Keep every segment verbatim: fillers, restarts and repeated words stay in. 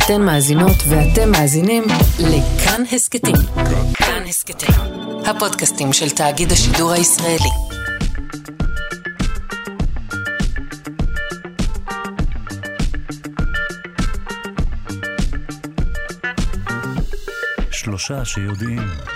אתן מאזינות ואתם מאזינים לכאן הסקטים. כאן הסקטים, הפודקאסטים של תאגיד השידור הישראלי. שלושה שיודעים.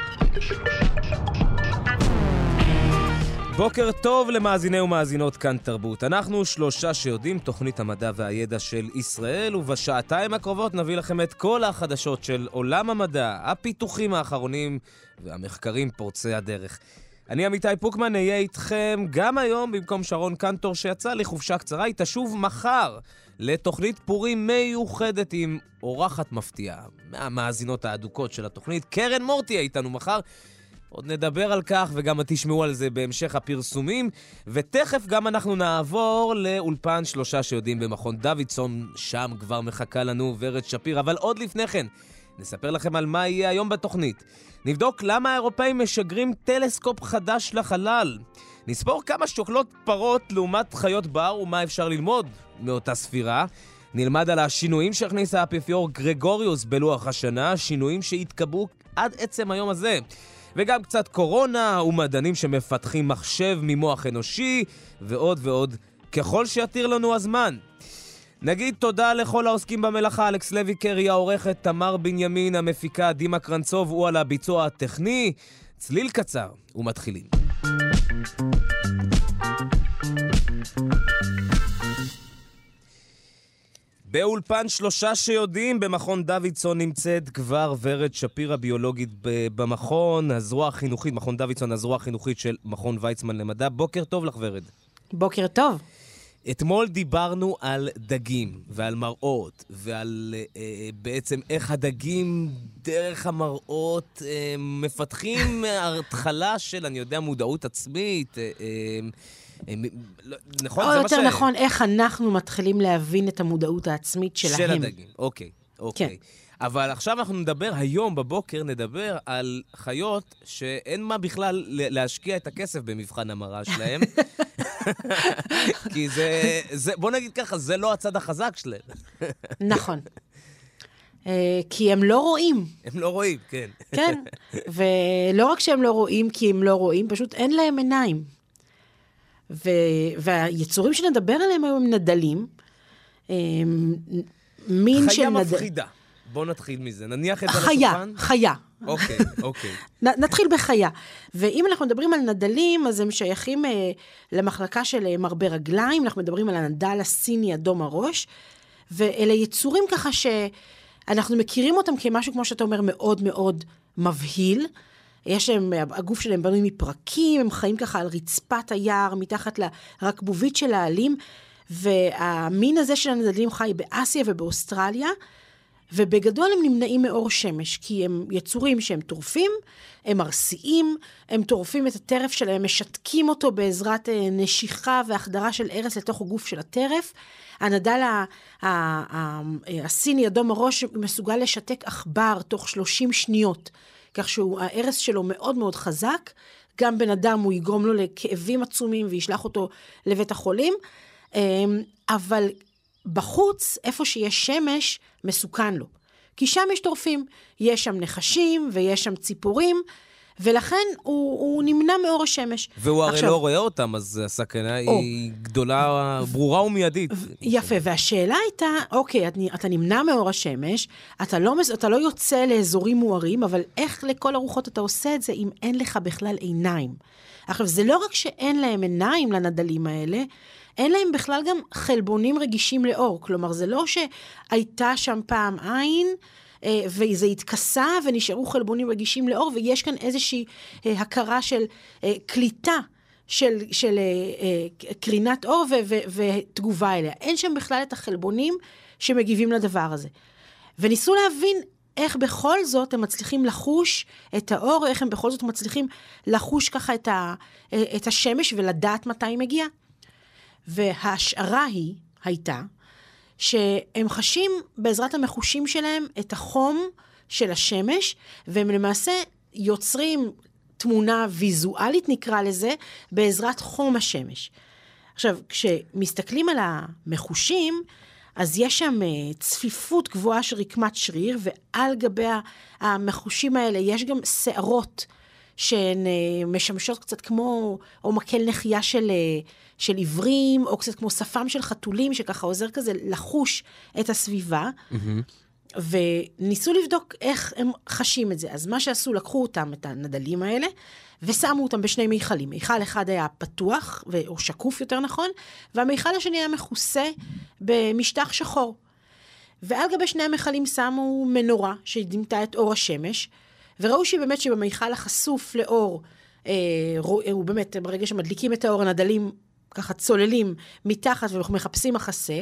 בוקר טוב למאזיני ומאזינות כאן תרבות. אנחנו שלושה שיודעים, תוכנית המדע והידע של ישראל, ובשעתיים הקרובות נביא לכם את כל החדשות של עולם המדע, הפיתוחים האחרונים והמחקרים פורצי הדרך. אני עמיתי פוקמן, אהיה איתכם גם היום במקום שרון קנטור שיצא לחופשה קצרה. היא תשוב מחר לתוכנית פורים מיוחדת עם אורחת מפתיעה מהמאזינות האדוקות של התוכנית. קרן מורטי איתנו מחר. עוד נדבר על כך וגם תשמעו על זה בהמשך הפרסומים, ותכף גם אנחנו נעבור לאולפן שלושה שיודעים במכון דוידסון, שם כבר מחכה לנו ורד שפיר. אבל עוד לפני כן נספר לכם על מה יהיה היום בתוכנית. נבדוק למה האירופאים משגרים טלסקופ חדש לחלל. נספור כמה שוקלות פרות לעומת חיות בר ומה אפשר ללמוד מאותה ספירה. נלמד על השינויים שהכניס האפיפיור גרגוריוס בלוח השנה, שינויים שהתקבעו עד עצם היום הזה. וגם קצת קורונה ומדענים שמפתחים מחשב ממוח אנושי ועוד ועוד ככל שיתיר לנו הזמן. נגיד תודה לכל העוסקים במלאכה, אלכס לויקר היא העורכת, תמר בנימין המפיקה, דימה קרנצוב הוא על הביצוע הטכני. צליל קצר ומתחילים. באולפן שלושה שיודעים במכון דוידסון נמצאת כבר ורד שפיר הביולוגית במכון, הזרוע החינוכית, מכון דוידסון, הזרוע החינוכית של מכון ויצמן למדע. בוקר טוב לך ורד. בוקר טוב. אתמול דיברנו על דגים ועל מראות ועל אה, בעצם איך הדגים דרך המראות אה, מפתחים התחלה של, אני יודע, מודעות עצמית, אה, אה, נכון? או יותר נכון, איך אנחנו מתחילים להבין את המודעות העצמית שלהם. של הדגים, אוקיי, אוקיי. אבל עכשיו אנחנו נדבר, היום בבוקר נדבר על חיות שאין מה בכלל להשקיע את הכסף במבחן המראה שלהם. כי זה, בוא נגיד ככה, זה לא הצד החזק שלהם. נכון. כי הם לא רואים. הם לא רואים, כן. כן, ולא רק שהם לא רואים, כי הם לא רואים, פשוט אין להם עיניים. והיצורים שנדבר עליהם היום הם נדלים. מין של חיה נד... מפחידה. בואו נתחיל מזה. נניח את זה חיה, לשולחן? חיה. אוקיי, אוקיי. נתחיל בחיה. ואם אנחנו מדברים על נדלים, אז הם שייכים אה, למחלקה של אה, מרבה רגליים. אנחנו מדברים על הנדל הסיני אדום הראש. ואלה יצורים ככה שאנחנו מכירים אותם כמשהו, כמו שאתה אומר, מאוד מאוד מבהיל. יש להם, הגוף שלהם בנוי מפרקים, הם חיים ככה על רצפת היער, מתחת לרקבובית של העלים. והמין הזה של הנדלים חי באסיה ובאוסטרליה, ובגדול הם נמנעים מאור שמש, כי הם יצורים שהם טורפים, הם ארסיים, הם טורפים את הטרף שלהם, משתקים אותו בעזרת נשיכה והחדרה של ארס לתוך הגוף של הטרף. הנדל הסיני אדום הראש מסוגל לשתק עכבר תוך שלושים שניות, כך שהארס שלו מאוד מאוד חזק, גם בן אדם הוא יגרום לו לכאבים עצומים וישלח אותו לבית החולים, אבל בחוץ, איפה שיש שמש, מסוכן לו. כי שם יש טורפים, יש שם נחשים ויש שם ציפורים, ולכן הוא, הוא נמנע מאור השמש. והוא הרי עכשיו, לא רואה אותם, אז הסכנה או, היא גדולה, ברורה ומיידית. יפה, והשאלה הייתה, אוקיי, אתה, אתה נמנע מאור השמש, אתה לא, אתה לא יוצא לאזורים מוארים, אבל איך לכל הרוחות אתה עושה את זה אם אין לך בכלל עיניים? עכשיו, זה לא רק שאין להם עיניים לנדלים האלה, אין להם בכלל גם חלבונים רגישים לאור. כלומר, זה לא שהייתה שם פעם עין, וזה התכסה ונשארו חלבונים רגישים לאור, ויש כאן איזושהי הכרה של קליטה של, של קרינת אור ו- ו- ותגובה אליה. אין שם בכלל את החלבונים שמגיבים לדבר הזה. וניסו להבין איך בכל זאת הם מצליחים לחוש את האור, איך הם בכל זאת מצליחים לחוש ככה את, ה- את השמש ולדעת מתי היא מגיעה. וההשערה היא, הייתה, שהם חשים בעזרת המחושים שלהם את החום של השמש, והם למעשה יוצרים תמונה ויזואלית, נקרא לזה, בעזרת חום השמש. עכשיו, כשמסתכלים על המחושים, אז יש שם צפיפות גבוהה של רקמת שריר, ועל גבי המחושים האלה יש גם שערות, שהן משמשות קצת כמו, או מקל נחייה של, של עיוורים, או קצת כמו שפם של חתולים, שככה עוזר כזה לחוש את הסביבה, mm-hmm. וניסו לבדוק איך הם חשים את זה. אז מה שעשו, לקחו אותם, את הנדלים האלה, ושמו אותם בשני מיכלים. מיכל אחד היה פתוח, או שקוף יותר נכון, והמיכל השני היה מכוסה במשטח שחור. ועל גבי שני המיכלים שמו מנורה, שדמתה את אור השמש, וראו שבאמת שבמיכל החשוף לאור, אה, הוא באמת, ברגע שמדליקים את האור, הנדלים ככה צוללים מתחת ומחפשים מחסה,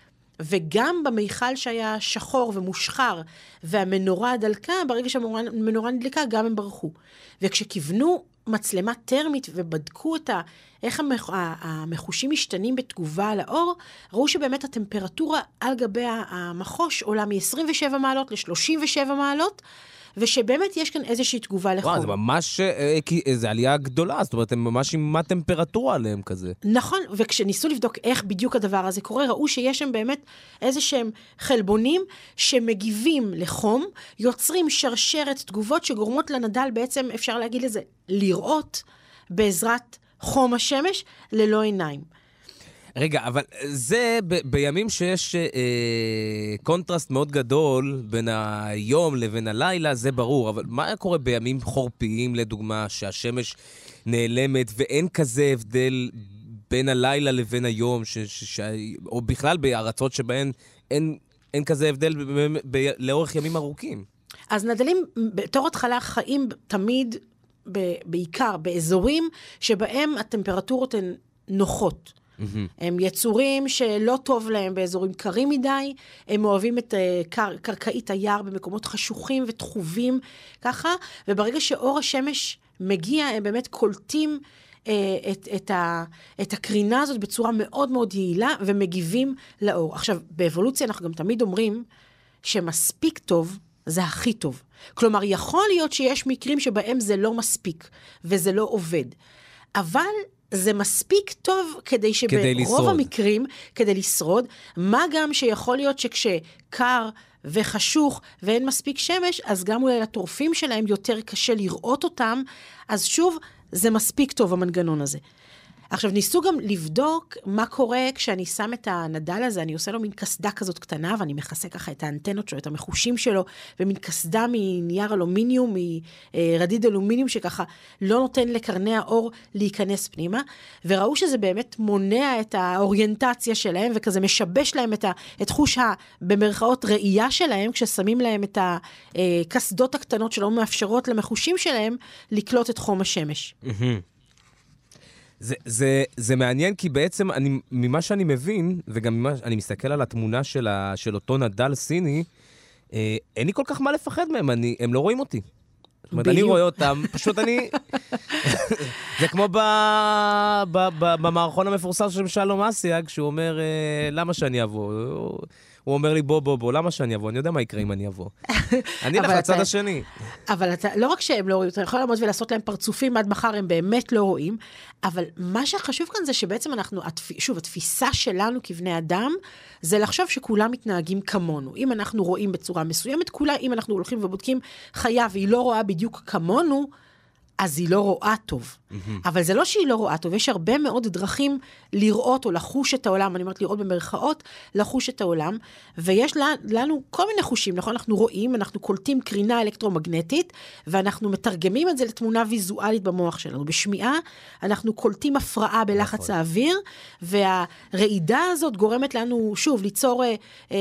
וגם במיכל שהיה שחור ומושחר, והמנורה הדלקה, ברגע שהמנורה נדלקה, גם הם ברחו. וכשכיוונו מצלמה טרמית ובדקו אותה, איך המח... המחושים משתנים בתגובה על האור, ראו שבאמת הטמפרטורה על גבי המחוש עולה מ-עשרים ושבע מעלות ל-שלושים ושבע מעלות, ושבאמת יש כאן איזושהי תגובה לחום. וואו, זה ממש, זה עלייה גדולה, זאת אומרת, הם ממש עם מה טמפרטורה עליהם כזה. נכון, וכשניסו לבדוק איך בדיוק הדבר הזה קורה, ראו שיש שם באמת איזה שהם חלבונים שמגיבים לחום, יוצרים שרשרת תגובות שגורמות לנדל בעצם, אפשר להגיד לזה, לראות בעזרת חום השמש ללא עיניים. רגע, אבל זה ב- בימים שיש אה, קונטרסט מאוד גדול בין היום לבין הלילה, זה ברור, אבל מה קורה בימים חורפיים, לדוגמה, שהשמש נעלמת ואין כזה הבדל בין הלילה לבין היום, ש- ש- ש- או בכלל בארצות שבהן אין, אין כזה הבדל ב- ב- ב- לאורך ימים ארוכים? אז נדלים בתור התחלה חיים תמיד, ב- בעיקר באזורים שבהם הטמפרטורות הן נוחות. הם יצורים שלא טוב להם באזורים קרים מדי, הם אוהבים את קר, קרקעית היער במקומות חשוכים ותחובים ככה, וברגע שאור השמש מגיע, הם באמת קולטים אה, את, את, ה, את הקרינה הזאת בצורה מאוד מאוד יעילה, ומגיבים לאור. עכשיו, באבולוציה אנחנו גם תמיד אומרים שמספיק טוב זה הכי טוב. כלומר, יכול להיות שיש מקרים שבהם זה לא מספיק, וזה לא עובד. אבל זה מספיק טוב כדי שברוב המקרים, כדי לשרוד, מה גם שיכול להיות שכשקר וחשוך ואין מספיק שמש, אז גם אולי לטורפים שלהם יותר קשה לראות אותם, אז שוב, זה מספיק טוב המנגנון הזה. עכשיו, ניסו גם לבדוק מה קורה כשאני שם את הנדל הזה, אני עושה לו מין כסדה כזאת קטנה, ואני מכסה ככה את האנטנות שלו, את המחושים שלו, ומין כסדה מנייר אלומיניום, מרדיד אלומיניום, שככה לא נותן לקרני האור להיכנס פנימה, וראו שזה באמת מונע את האוריינטציה שלהם, וכזה משבש להם את, ה, את חוש ה, במרכאות ראייה שלהם, כששמים להם את הכסדות הקטנות שלא מאפשרות למחושים שלהם, לקלוט את חום השמש. זה, זה, זה מעניין, כי בעצם אני, ממה שאני מבין, וגם ממה אני מסתכל על התמונה של, ה, של אותו נדל סיני, אה, אין לי כל כך מה לפחד מהם, אני, הם לא רואים אותי. זאת אומרת, אני רואה אותם, פשוט אני... זה כמו ב, ב, ב, במערכון המפורסם של שלום אסיאג, שהוא אומר, אה, למה שאני אבוא? הוא אומר לי, בוא, בוא, בוא, למה שאני אבוא? אני יודע מה יקרה אם אני אבוא. אני אלך לצד השני. אבל אתה, לא רק שהם לא רואים, אתה יכול לעמוד ולעשות להם פרצופים עד מחר, הם באמת לא רואים, אבל מה שחשוב כאן זה שבעצם אנחנו, שוב, התפיסה שלנו כבני אדם, זה לחשוב שכולם מתנהגים כמונו. אם אנחנו רואים בצורה מסוימת, כולה, אם אנחנו הולכים ובודקים חיה, והיא לא רואה בדיוק כמונו, אז היא לא רואה טוב. Mm-hmm. אבל זה לא שהיא לא רואה טוב, יש הרבה מאוד דרכים לראות או לחוש את העולם, אני אומרת לראות במרכאות, לחוש את העולם, ויש לנו כל מיני חושים, נכון? אנחנו רואים, אנחנו קולטים קרינה אלקטרומגנטית, ואנחנו מתרגמים את זה לתמונה ויזואלית במוח שלנו. בשמיעה, אנחנו קולטים הפרעה בלחץ נכון. האוויר, והרעידה הזאת גורמת לנו, שוב, ליצור... אה, אה,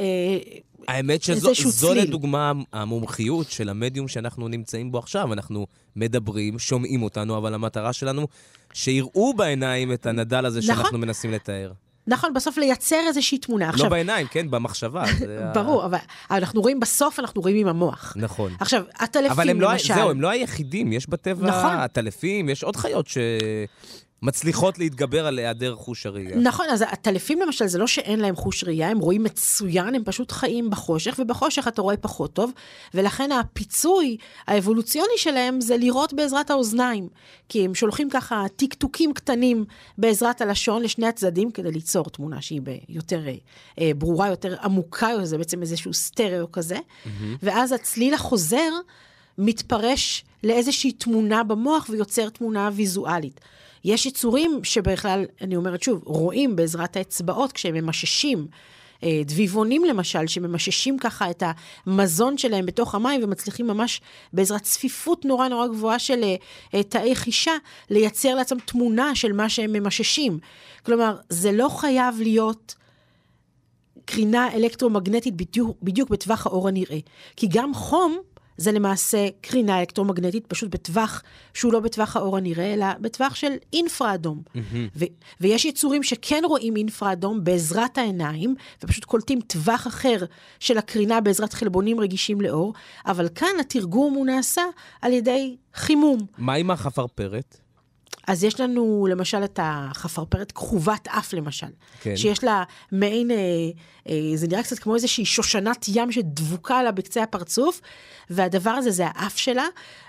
האמת שזו לדוגמה המומחיות של המדיום שאנחנו נמצאים בו עכשיו. אנחנו מדברים, שומעים אותנו, אבל המטרה שלנו שיראו בעיניים את הנדל הזה נכון. שאנחנו מנסים לתאר. נכון, בסוף לייצר איזושהי תמונה. לא עכשיו, בעיניים, כן, במחשבה. ברור, אבל אנחנו רואים בסוף, אנחנו רואים עם המוח. נכון. עכשיו, הטלפים אבל הם לא, למשל... זהו, הם לא היחידים, יש בטבע נכון. הטלפים, יש עוד חיות ש... מצליחות להתגבר על היעדר חוש הראייה. נכון, אז הטלפים למשל, זה לא שאין להם חוש ראייה, הם רואים מצוין, הם פשוט חיים בחושך, ובחושך אתה רואה פחות טוב, ולכן הפיצוי האבולוציוני שלהם זה לראות בעזרת האוזניים, כי הם שולחים ככה טיקטוקים קטנים בעזרת הלשון לשני הצדדים, כדי ליצור תמונה שהיא יותר אה, ברורה, יותר עמוקה, זה בעצם איזשהו סטריאו כזה, mm-hmm. ואז הצליל החוזר מתפרש לאיזושהי תמונה במוח, ויוצר תמונה ויזואלית. יש יצורים שבכלל, אני אומרת שוב, רואים בעזרת האצבעות כשהם ממששים, דביבונים למשל, שממששים ככה את המזון שלהם בתוך המים, ומצליחים ממש בעזרת צפיפות נורא נורא גבוהה של תאי חישה, לייצר לעצם תמונה של מה שהם ממששים. כלומר, זה לא חייב להיות קרינה אלקטרומגנטית בדיוק, בדיוק בטווח האור הנראה. כי גם חום, זה למעשה קרינה אלקטרומגנטית, פשוט בטווח שהוא לא בטווח האור הנראה, אלא בטווח של אינפרה אדום. Mm-hmm. ו- ויש יצורים שכן רואים אינפרה אדום בעזרת העיניים, ופשוט קולטים טווח אחר של הקרינה בעזרת חלבונים רגישים לאור, אבל כאן התרגום הוא נעשה על ידי חימום. מה עם החפרפרת? אז יש לנו למשל את החפרפרת כחובת אף למשל, כן. שיש לה מעין, אה, אה, זה נראה קצת כמו איזושהי שושנת ים שדבוקה לה בקצה הפרצוף, והדבר הזה זה האף שלה,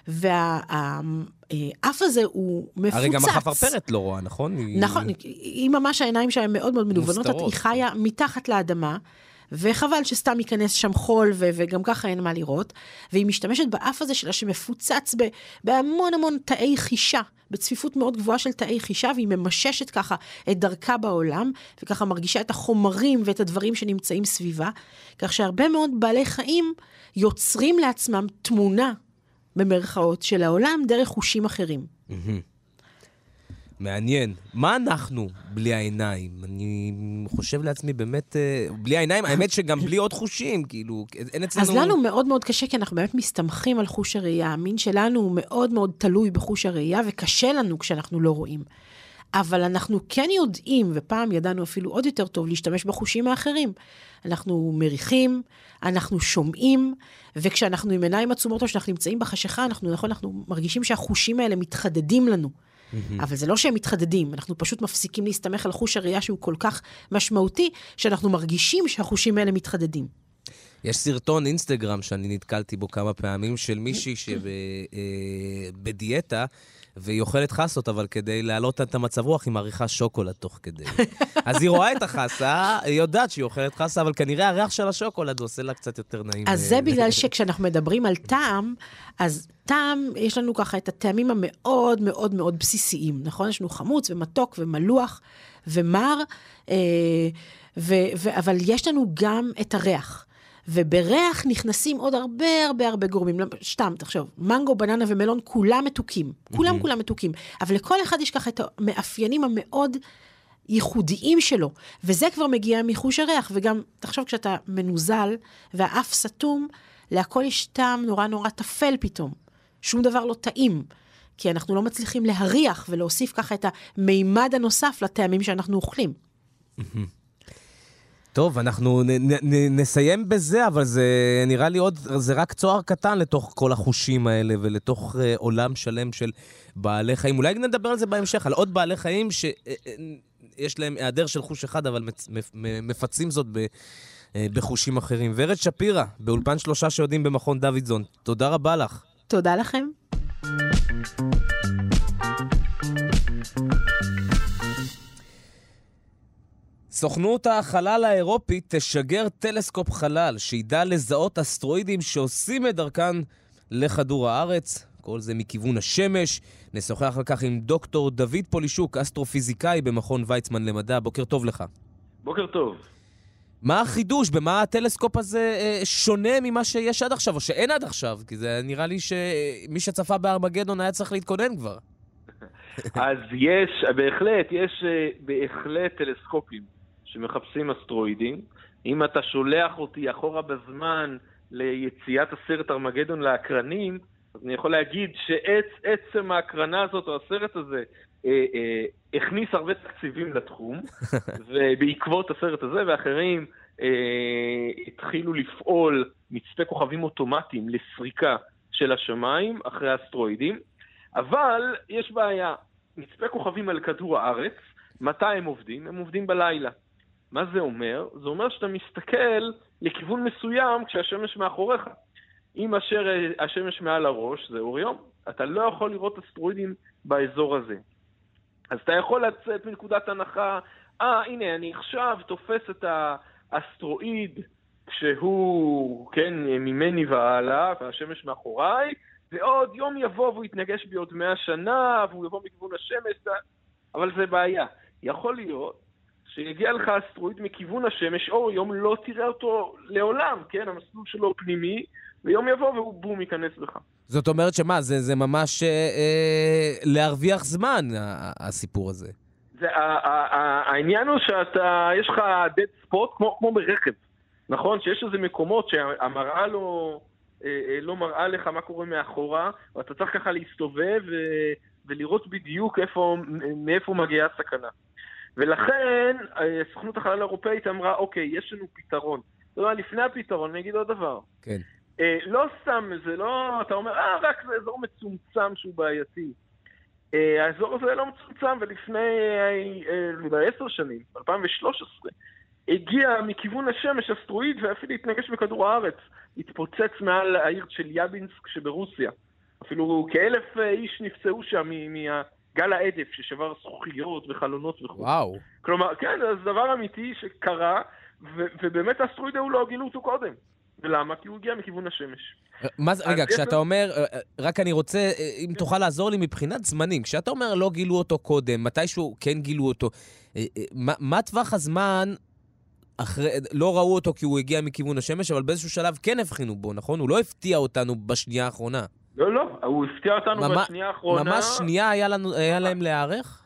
והאף הזה הוא מפוצץ. הרי גם החפרפרת לא רואה, נכון? נכון, היא ממש העיניים שלה מאוד מאוד מנוונות, היא חיה מתחת לאדמה, וחבל שסתם ייכנס שם חול, ו- וגם ככה אין מה לראות, והיא משתמשת באף הזה שלה שמפוצץ ב- בהמון המון תאי חישה, בצפיפות מאוד גבוהה של תאי חישה, והיא ממששת ככה את דרכה בעולם, וככה מרגישה את החומרים ואת הדברים שנמצאים סביבה, כך שהרבה מאוד בעלי חיים יוצרים לעצמם תמונה במרכאות של העולם דרך חושים אחרים. מעניין. מה אנחנו בלי העיניים? אני חושב לעצמי באמת, בלי העיניים, האמת שגם בלי עוד חושים, כאילו, אין אצלנו... אז לנו מאוד מאוד קשה, כי אנחנו באמת מסתמכים על חוש הראייה. המין שלנו הוא מאוד מאוד תלוי בחוש הראייה, וקשה לנו כשאנחנו לא רואים. אבל אנחנו כן יודעים, ופעם ידענו אפילו עוד יותר טוב, להשתמש בחושים האחרים. אנחנו מריחים, אנחנו שומעים, וכשאנחנו עם עיניים עצומות, או שאנחנו נמצאים בחשיכה, אנחנו, נכון, אנחנו מרגישים שהחושים האלה מתחדדים לנו. אבל זה לא שהם מתחדדים, אנחנו פשוט מפסיקים להסתמך על חוש הראייה שהוא כל כך משמעותי, שאנחנו מרגישים שהחושים האלה מתחדדים. יש סרטון אינסטגרם שאני נתקלתי בו כמה פעמים, של מישהי שבדיאטה, והיא אוכלת חסות, אבל כדי להעלות את המצב רוח, היא מעריכה שוקולד תוך כדי. אז היא רואה את החסה, היא יודעת שהיא אוכלת חסה, אבל כנראה הריח של השוקולד עושה לה קצת יותר נעים. אז זה בגלל שכשאנחנו מדברים על טעם, אז טעם, יש לנו ככה את הטעמים המאוד מאוד מאוד בסיסיים, נכון? יש לנו חמוץ ומתוק ומלוח ומר, אה, ו, ו, אבל יש לנו גם את הריח. ובריח נכנסים עוד הרבה הרבה הרבה גורמים. שתם, תחשוב, מנגו, בננה ומלון, כולם מתוקים. כולם כולם מתוקים. אבל לכל אחד יש ככה את המאפיינים המאוד ייחודיים שלו. וזה כבר מגיע מחוש הריח. וגם, תחשוב, כשאתה מנוזל והאף סתום, להכל יש טעם נורא נורא תפל פתאום. שום דבר לא טעים. כי אנחנו לא מצליחים להריח ולהוסיף ככה את המימד הנוסף לטעמים שאנחנו אוכלים. טוב, אנחנו נ, נ, נסיים בזה, אבל זה נראה לי עוד, זה רק צוהר קטן לתוך כל החושים האלה, ולתוך uh, עולם שלם של בעלי חיים. אולי נדבר על זה בהמשך, על עוד בעלי חיים שיש להם היעדר של חוש אחד, אבל מצ, מפצים זאת ב, uh, בחושים אחרים. ורד שפירא, באולפן שלושה שיודעים במכון דוידזון. תודה רבה לך. תודה לכם. סוכנות החלל האירופית תשגר טלסקופ חלל שידע לזהות אסטרואידים שעושים את דרכן לכדור הארץ, כל זה מכיוון השמש. נשוחח על כך עם דוקטור דוד פולישוק, אסטרופיזיקאי במכון ויצמן למדע. בוקר טוב לך. בוקר טוב. מה החידוש? במה הטלסקופ הזה אה, שונה ממה שיש עד עכשיו, או שאין עד עכשיו? כי זה נראה לי שמי שצפה בארמגדון היה צריך להתכונן כבר. אז יש, בהחלט, יש בהחלט טלסקופים שמחפשים אסטרואידים. אם אתה שולח אותי אחורה בזמן ליציאת הסרט ארמגדון לאקרנים, אז אני יכול להגיד שעצם ההקרנה הזאת או הסרט הזה אה, אה, הכניס הרבה תקציבים לתחום, ובעקבות הסרט הזה ואחרים אה, התחילו לפעול מצפה כוכבים אוטומטיים לסריקה של השמיים אחרי האסטרואידים. אבל יש בעיה. מצפה כוכבים על כדור הארץ, מתי הם עובדים? הם עובדים בלילה. מה זה אומר? זה אומר שאתה מסתכל לכיוון מסוים כשהשמש מאחוריך. אם אשר השמש מעל הראש, זה אור יום. אתה לא יכול לראות אסטרואידים באזור הזה. אז אתה יכול לצאת מנקודת הנחה, אה, הנה, אני עכשיו תופס את האסטרואיד כשהוא, כן, ממני והלאה, והשמש מאחוריי, ועוד יום יבוא והוא יתנגש בי עוד מאה שנה, והוא יבוא מכיוון השמש, אבל זה בעיה. יכול להיות שיגיע לך אסטרואיד מכיוון השמש, או יום לא תראה אותו לעולם, כן, המסלול שלו פנימי, ויום יבוא והוא בום ייכנס לך. זאת אומרת שמה, זה, זה ממש אה, להרוויח זמן, הסיפור הזה. זה, העניין הוא שאתה, יש לך dead spot כמו, כמו ברכב, נכון? שיש איזה מקומות שהמראה לא, לא מראה לך מה קורה מאחורה, ואתה צריך ככה להסתובב ו, ולראות בדיוק איפה, מאיפה מגיעה הסכנה. ולכן, סוכנות החלל האירופאית אמרה, אוקיי, יש לנו פתרון. זאת אומרת, לפני הפתרון, אני אגיד עוד דבר. כן. לא סתם, זה לא, אתה אומר, אה, רק זה אזור מצומצם שהוא בעייתי. האזור הזה לא מצומצם, ולפני עשר שנים, אלפיים ושלוש עשרה, הגיע מכיוון השמש אסטרואיד, ואפילו התנגש בכדור הארץ. התפוצץ מעל העיר של יאבינסק שברוסיה. אפילו כאלף איש נפצעו שם מהגל העדף, ששבר זכוכיות וחלונות וכו'. וואו. כלומר, כן, זה דבר אמיתי שקרה, ו- ובאמת האסטרואיד הוא לא גילו אותו קודם. ולמה? כי הוא הגיע מכיוון השמש. מה זה, רגע, כשאתה אומר, רק אני רוצה, אם תוכל לעזור לי מבחינת זמנים, כשאתה אומר לא גילו אותו קודם, מתישהו כן גילו אותו, מה טווח הזמן, לא ראו אותו כי הוא הגיע מכיוון השמש, אבל באיזשהו שלב כן הבחינו בו, נכון? הוא לא הפתיע אותנו בשנייה האחרונה. לא, לא, הוא הפתיע אותנו בשנייה האחרונה. ממש שנייה היה להם להיערך?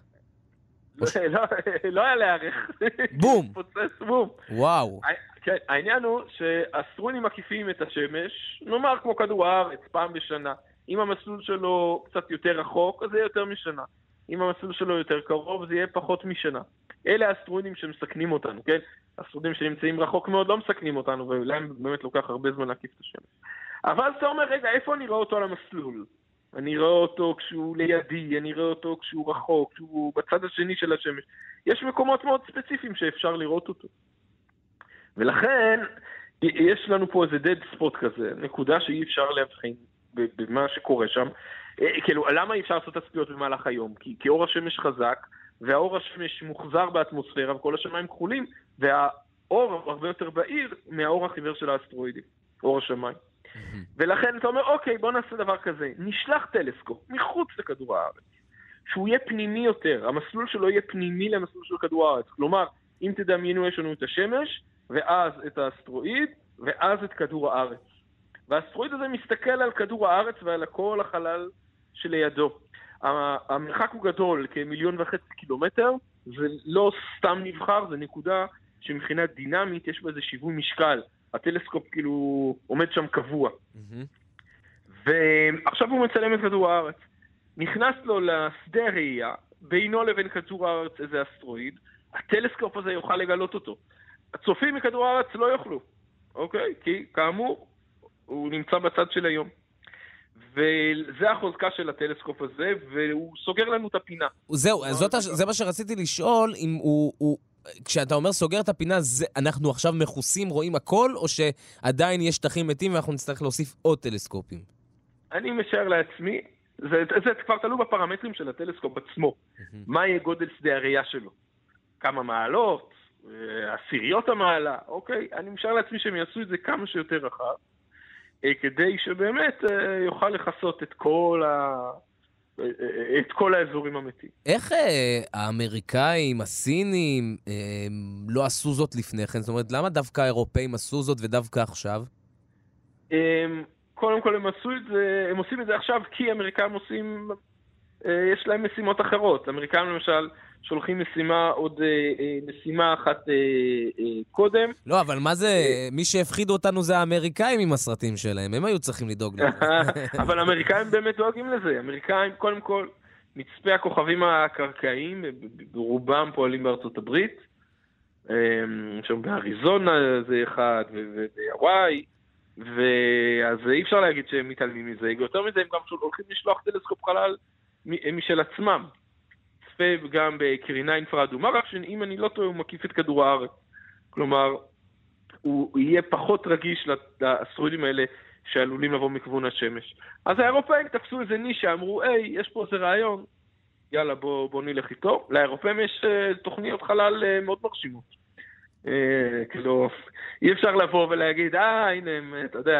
לא היה להיערך. בום. פוצץ בום. וואו. כן, העניין הוא שהאסטרואידים מקיפים את השמש, נאמר כמו כדור הארץ, פעם בשנה. אם המסלול שלו קצת יותר רחוק, אז זה יותר משנה. אם המסלול שלו יותר קרוב, זה יהיה פחות משנה. אלה האסטרואידים שמסכנים אותנו, כן? האסטרואידים שנמצאים רחוק מאוד לא מסכנים אותנו, ולהם באמת לוקח הרבה זמן להקיף את השמש. אבל אתה אומר, רגע, איפה אני רואה אותו על המסלול? אני רואה אותו כשהוא לידי, אני רואה אותו כשהוא רחוק, כשהוא בצד השני של השמש. יש מקומות מאוד ספציפיים שאפשר לראות אותו. ולכן, יש לנו פה איזה dead spot כזה, נקודה שאי אפשר להבחין במה שקורה שם. כאילו, למה אי אפשר לעשות תצפיות במהלך היום? כי, כי אור השמש חזק, והאור השמש מוחזר באטמוספירה, וכל השמיים כחולים, והאור הרבה יותר בהיר מהאור החיוור של האסטרואידים, אור השמיים. ולכן אתה אומר, אוקיי, בוא נעשה דבר כזה. נשלח טלסקופ מחוץ לכדור הארץ, שהוא יהיה פנימי יותר, המסלול שלו יהיה פנימי למסלול של כדור הארץ. כלומר, אם תדמיינו, יש לנו את השמש, ואז את האסטרואיד, ואז את כדור הארץ. והאסטרואיד הזה מסתכל על כדור הארץ ועל כל החלל שלידו. המרחק הוא גדול, כמיליון וחצי קילומטר, זה לא סתם נבחר, זה נקודה שמבחינה דינמית יש בה איזה שיווי משקל. הטלסקופ כאילו עומד שם קבוע. ועכשיו הוא מצלם את כדור הארץ. נכנס לו לשדה ראייה, בינו לבין כדור הארץ איזה אסטרואיד, הטלסקופ הזה יוכל לגלות אותו. הצופים מכדור הארץ לא יוכלו, אוקיי? כי כאמור, הוא נמצא בצד של היום. וזה החוזקה של הטלסקופ הזה, והוא סוגר לנו את הפינה. זהו, זאת, זה מה שרציתי לשאול, אם הוא, הוא, כשאתה אומר סוגר את הפינה, זה, אנחנו עכשיו מחוסים, רואים הכל, או שעדיין יש שטחים מתים ואנחנו נצטרך להוסיף עוד טלסקופים? אני משער לעצמי, זה, זה כבר תלוי בפרמטרים של הטלסקופ עצמו. מה יהיה גודל שדה הראייה שלו? כמה מעלות? עשיריות המעלה? אוקיי? אני משער לעצמי שהם יעשו את זה כמה שיותר רחב, כדי שבאמת יוכל לחסות את כל ה... את כל האזורים המתים. איך אה, האמריקאים, הסינים, אה, לא עשו זאת לפני כן? זאת אומרת, למה דווקא האירופאים עשו זאת ודווקא עכשיו? אה, קודם כל הם עשו את זה, הם עושים את זה עכשיו כי האמריקאים עושים, אה, יש להם משימות אחרות. האמריקאים למשל שולחים משימה, עוד אה, אה, משימה אחת אה, אה, קודם. לא, אבל מה זה, אה, מי שהפחיד אותנו זה האמריקאים עם הסרטים שלהם, הם היו צריכים לדאוג לזה. אבל האמריקאים באמת דואגים לזה. האמריקאים, קודם כל, מצפה הכוכבים הקרקעיים, ברובם פועלים בארצות הברית, אה, שם באריזונה זה אחד, ובהוואי, ואז אי אפשר להגיד שהם מתעלמים מזה. יותר מזה, הם גם הולכים לשלוח טלסקופ חלל משל עצמם. יפה גם בקרינה אינפרה אדומה, רק שאם אני לא טועה הוא מקיף את כדור הארץ. כלומר, הוא יהיה פחות רגיש לאסטרואידים האלה שעלולים לבוא מכיוון השמש. אז האירופאים תפסו איזה נישה, אמרו, היי, יש פה איזה רעיון, יאללה, בוא, בוא נלך איתו. לאירופאים יש uh, תוכניות חלל uh, מאוד מרשימות. Uh, כאילו, אי אפשר לבוא ולהגיד, אה, הנה, אתה יודע,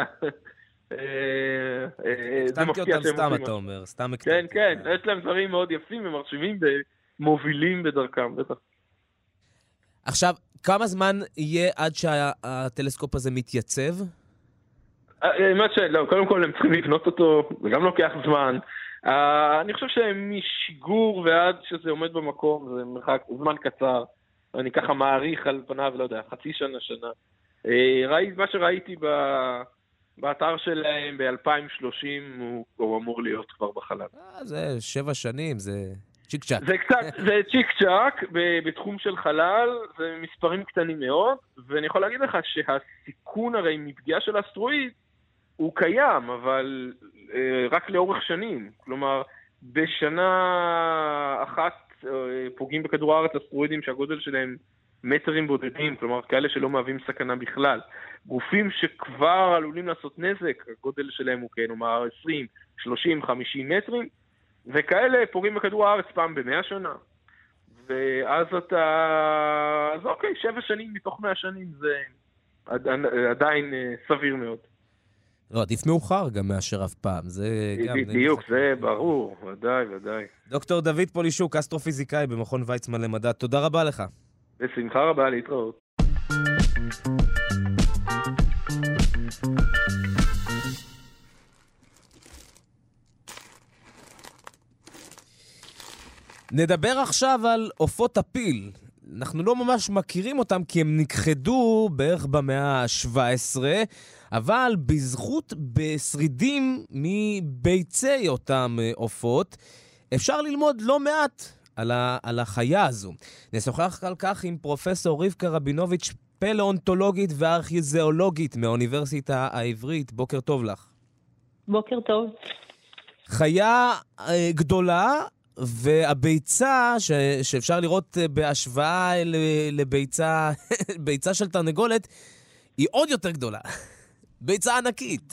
סתם כי אותם סתם, אתה אומר, סתם הקטן. כן, כן, יש להם דברים מאוד יפים ומרשימים ומובילים בדרכם, בטח. עכשיו, כמה זמן יהיה עד שהטלסקופ הזה מתייצב? האמת שלא, קודם כל הם צריכים לבנות אותו, זה גם לוקח זמן. אני חושב שמשיגור ועד שזה עומד במקום, זה מרחק זמן קצר. אני ככה מעריך על פניו, לא יודע, חצי שנה, שנה. מה שראיתי באתר שלהם ב-אלפיים ושלושים, הוא אמור להיות כבר בחלל. זה שבע שנים, זה צ'יק צ'ק. זה קצת, זה צ'יק צ'ק בתחום של חלל, זה מספרים קטנים מאוד, ואני יכול להגיד לך שהסיכון הרי מפגיעה של אסטרואיד הוא קיים, אבל רק לאורך שנים. כלומר, בשנה אחת פוגעים בכדור הארץ אסטרואידים שהגודל שלהם מטרים בודדים, כלומר כאלה שלא מהווים סכנה בכלל. גופים שכבר עלולים לעשות נזק, הגודל שלהם הוא כלומר עשרים, שלושים, חמישים מטרים, וכאלה פוגעים בכדור הארץ פעם במאה שנה. ואז אתה... אז אוקיי, שבע שנים מתוך מאה שנים זה עדיין סביר מאוד. לא, עדיף מאוחר גם מאשר אף פעם. זה גם... בדיוק, זה ברור, ודאי, ודאי. דוקטור דוד פולישוק, אסטרופיזיקאי במכון ויצמן למדע, תודה רבה לך. בשמחה רבה, להתראות. נדבר עכשיו על עופות הפיל. אנחנו לא ממש מכירים אותם כי הם נכחדו בערך במאה ה-שבע עשרה, אבל בזכות בשרידים מביצי אותם עופות, אפשר ללמוד לא מעט על, ה- על החיה הזו. נשוחח על כך עם פרופסור רבקה רבינוביץ', פלאונטולוגית וארכיאולוגית מהאוניברסיטה העברית. בוקר טוב לך. בוקר טוב. חיה אה, גדולה, והביצה ש... שאפשר לראות בהשוואה לביצה ביצה של תרנגולת היא עוד יותר גדולה. ביצה ענקית.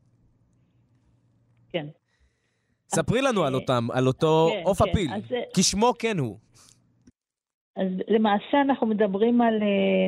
כן. ספרי לנו על אותם, על אותו עוף הפיל, כי שמו כן הוא. אז למעשה אנחנו מדברים על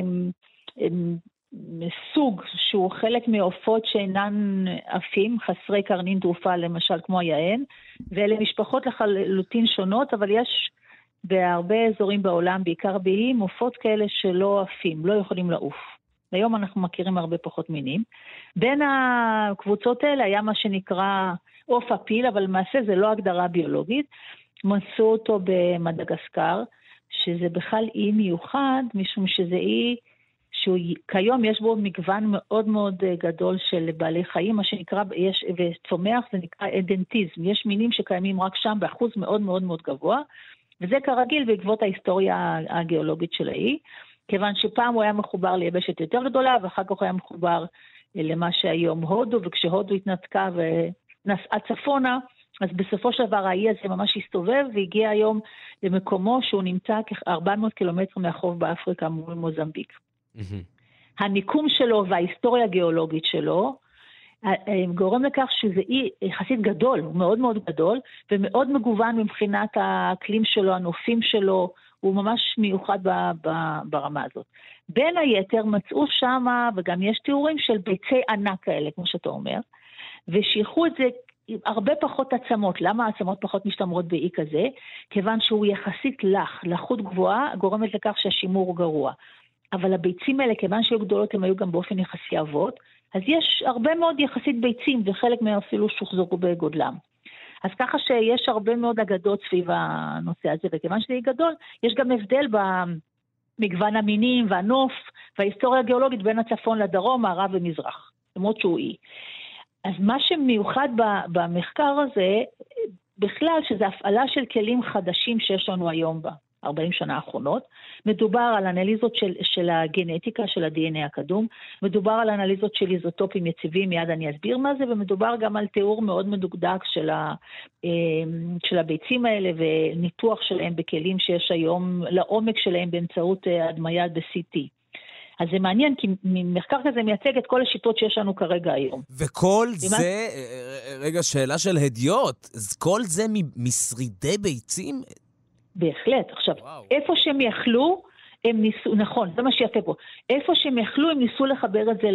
סוג שהוא חלק מעופות שאינן עפים, חסרי קרנין תרופה למשל כמו היען, ואלה משפחות לחלוטין שונות, אבל יש בהרבה אזורים בעולם, בעיקר באיים, עופות כאלה שלא עפים, לא יכולים לעוף. היום אנחנו מכירים הרבה פחות מינים. בין הקבוצות האלה היה מה שנקרא עוף הפיל, אבל למעשה זה לא הגדרה ביולוגית. מצאו אותו במדגסקר, שזה בכלל אי מיוחד, משום שזה אי שכיום יש בו מגוון מאוד מאוד גדול של בעלי חיים, מה שנקרא, יש, וצומח, זה נקרא אדנטיזם. יש מינים שקיימים רק שם באחוז מאוד מאוד מאוד גבוה, וזה כרגיל בעקבות ההיסטוריה הגיאולוגית של האי, כיוון שפעם הוא היה מחובר ליבשת יותר גדולה, ואחר כך הוא היה מחובר למה שהיום הודו, וכשהודו התנתקה ונסעה צפונה, אז בסופו של דבר האי הזה ממש הסתובב, והגיע היום למקומו שהוא נמצא כ-ארבע מאות קילומטר מהחוף באפריקה מול מוזמביק. המיקום שלו וההיסטוריה הגיאולוגית שלו גורם לכך שזה אי יחסית גדול, הוא מאוד מאוד גדול, ומאוד מגוון מבחינת האקלים שלו, הנופים שלו, הוא ממש מיוחד ברמה הזאת. בין היתר מצאו שם, וגם יש תיאורים של ביצי ענק כאלה, כמו שאתה אומר, ושייכו את זה הרבה פחות עצמות. למה העצמות פחות משתמרות באי כזה? כיוון שהוא יחסית לח, לחות גבוהה, גורמת לכך שהשימור גרוע. אבל הביצים האלה, כיוון שהיו גדולות, הם היו גם באופן יחסי אבות, אז יש הרבה מאוד יחסית ביצים, וחלק מהם אפילו שוחזרו בגודלם. אז ככה שיש הרבה מאוד אגדות סביב הנושא הזה, וכיוון שזה גדול, יש גם הבדל במגוון המינים והנוף, וההיסטוריה הגיאולוגית בין הצפון לדרום, מערב ומזרח, למרות שהוא אי. אז מה שמיוחד במחקר הזה, בכלל שזה הפעלה של כלים חדשים שיש לנו היום ארבעים שנה האחרונות. מדובר על אנליזות של, של הגנטיקה, של ה-די אן איי הקדום, מדובר על אנליזות של איזוטופים יציבים, מיד אני אסביר מה זה, ומדובר גם על תיאור מאוד מדוקדק של, ה, של הביצים האלה, וניתוח שלהם בכלים שיש היום, לעומק שלהם באמצעות הדמיה ב-סי טי. אז זה מעניין, כי מחקר כזה מייצג את כל השיטות שיש לנו כרגע היום. וכל זה, רגע, שאלה של הדיוט, כל זה משרידי ביצים? בהחלט. עכשיו, וואו. איפה שהם יכלו, הם ניסו, נכון, זה מה שיפה פה, איפה שהם יכלו, הם ניסו לחבר את זה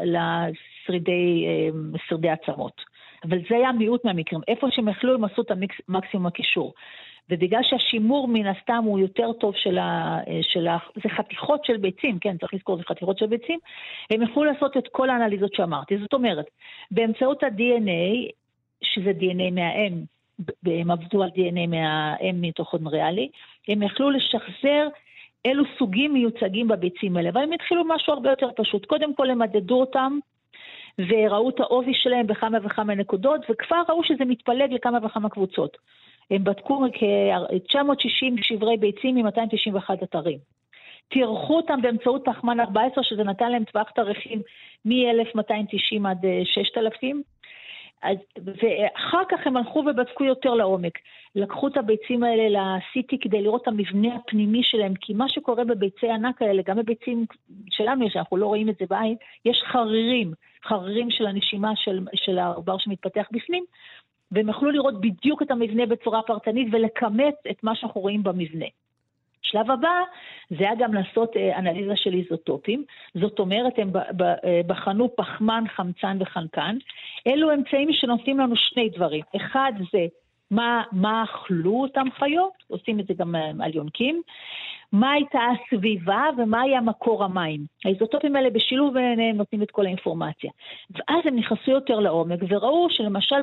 לשרידי שרידי עצמות. אבל זה היה מיעוט מהמקרים. איפה שהם יכלו, הם עשו את המקסימום הקישור. ובגלל שהשימור מן הסתם הוא יותר טוב של ה, של ה, זה חתיכות של ביצים, כן, צריך לזכור, זה חתיכות של ביצים, הם יכלו לעשות את כל האנליזות שאמרתי. זאת אומרת, באמצעות ה-די אן איי, שזה די אן איי מהאם, הם עבדו על די אן איי מהאם מיטוכונדריאלי ריאלי, הם יכלו לשחזר אילו סוגים מיוצגים בביצים האלה, אבל הם התחילו משהו הרבה יותר פשוט. קודם כל הם מדדו אותם, וראו את העובי שלהם בכמה וכמה נקודות, וכבר ראו שזה מתפלג לכמה וכמה קבוצות. הם בדקו כ-תשע מאות ושישים שברי ביצים מ-מאתיים תשעים ואחד אתרים. תירכו אותם באמצעות פחמן ארבע עשרה, שזה נתן להם טווח תאריכים מ-אלף מאתיים תשעים עד ששת אלפים. אז, ואחר כך הם הלכו ובדקו יותר לעומק. לקחו את הביצים האלה ל-סי טי כדי לראות את המבנה הפנימי שלהם, כי מה שקורה בביצי ענק האלה, גם בביצים שלנו, שאנחנו לא רואים את זה בעין, יש חרירים, חרירים של הנשימה של, של העובר שמתפתח בפנים, והם יכלו לראות בדיוק את המבנה בצורה פרטנית ולכמת את מה שאנחנו רואים במבנה. שלב הבא, זה היה גם לעשות אנליזה של איזוטופים, זאת אומרת, הם בחנו פחמן, חמצן וחנקן. אלו אמצעים שנותנים לנו שני דברים. אחד זה מה, מה אכלו אותם חיות, עושים את זה גם על יונקים, מה הייתה הסביבה ומה היה מקור המים. האיזוטופים האלה בשילוב ביניהם נותנים את כל האינפורמציה. ואז הם נכנסו יותר לעומק וראו שלמשל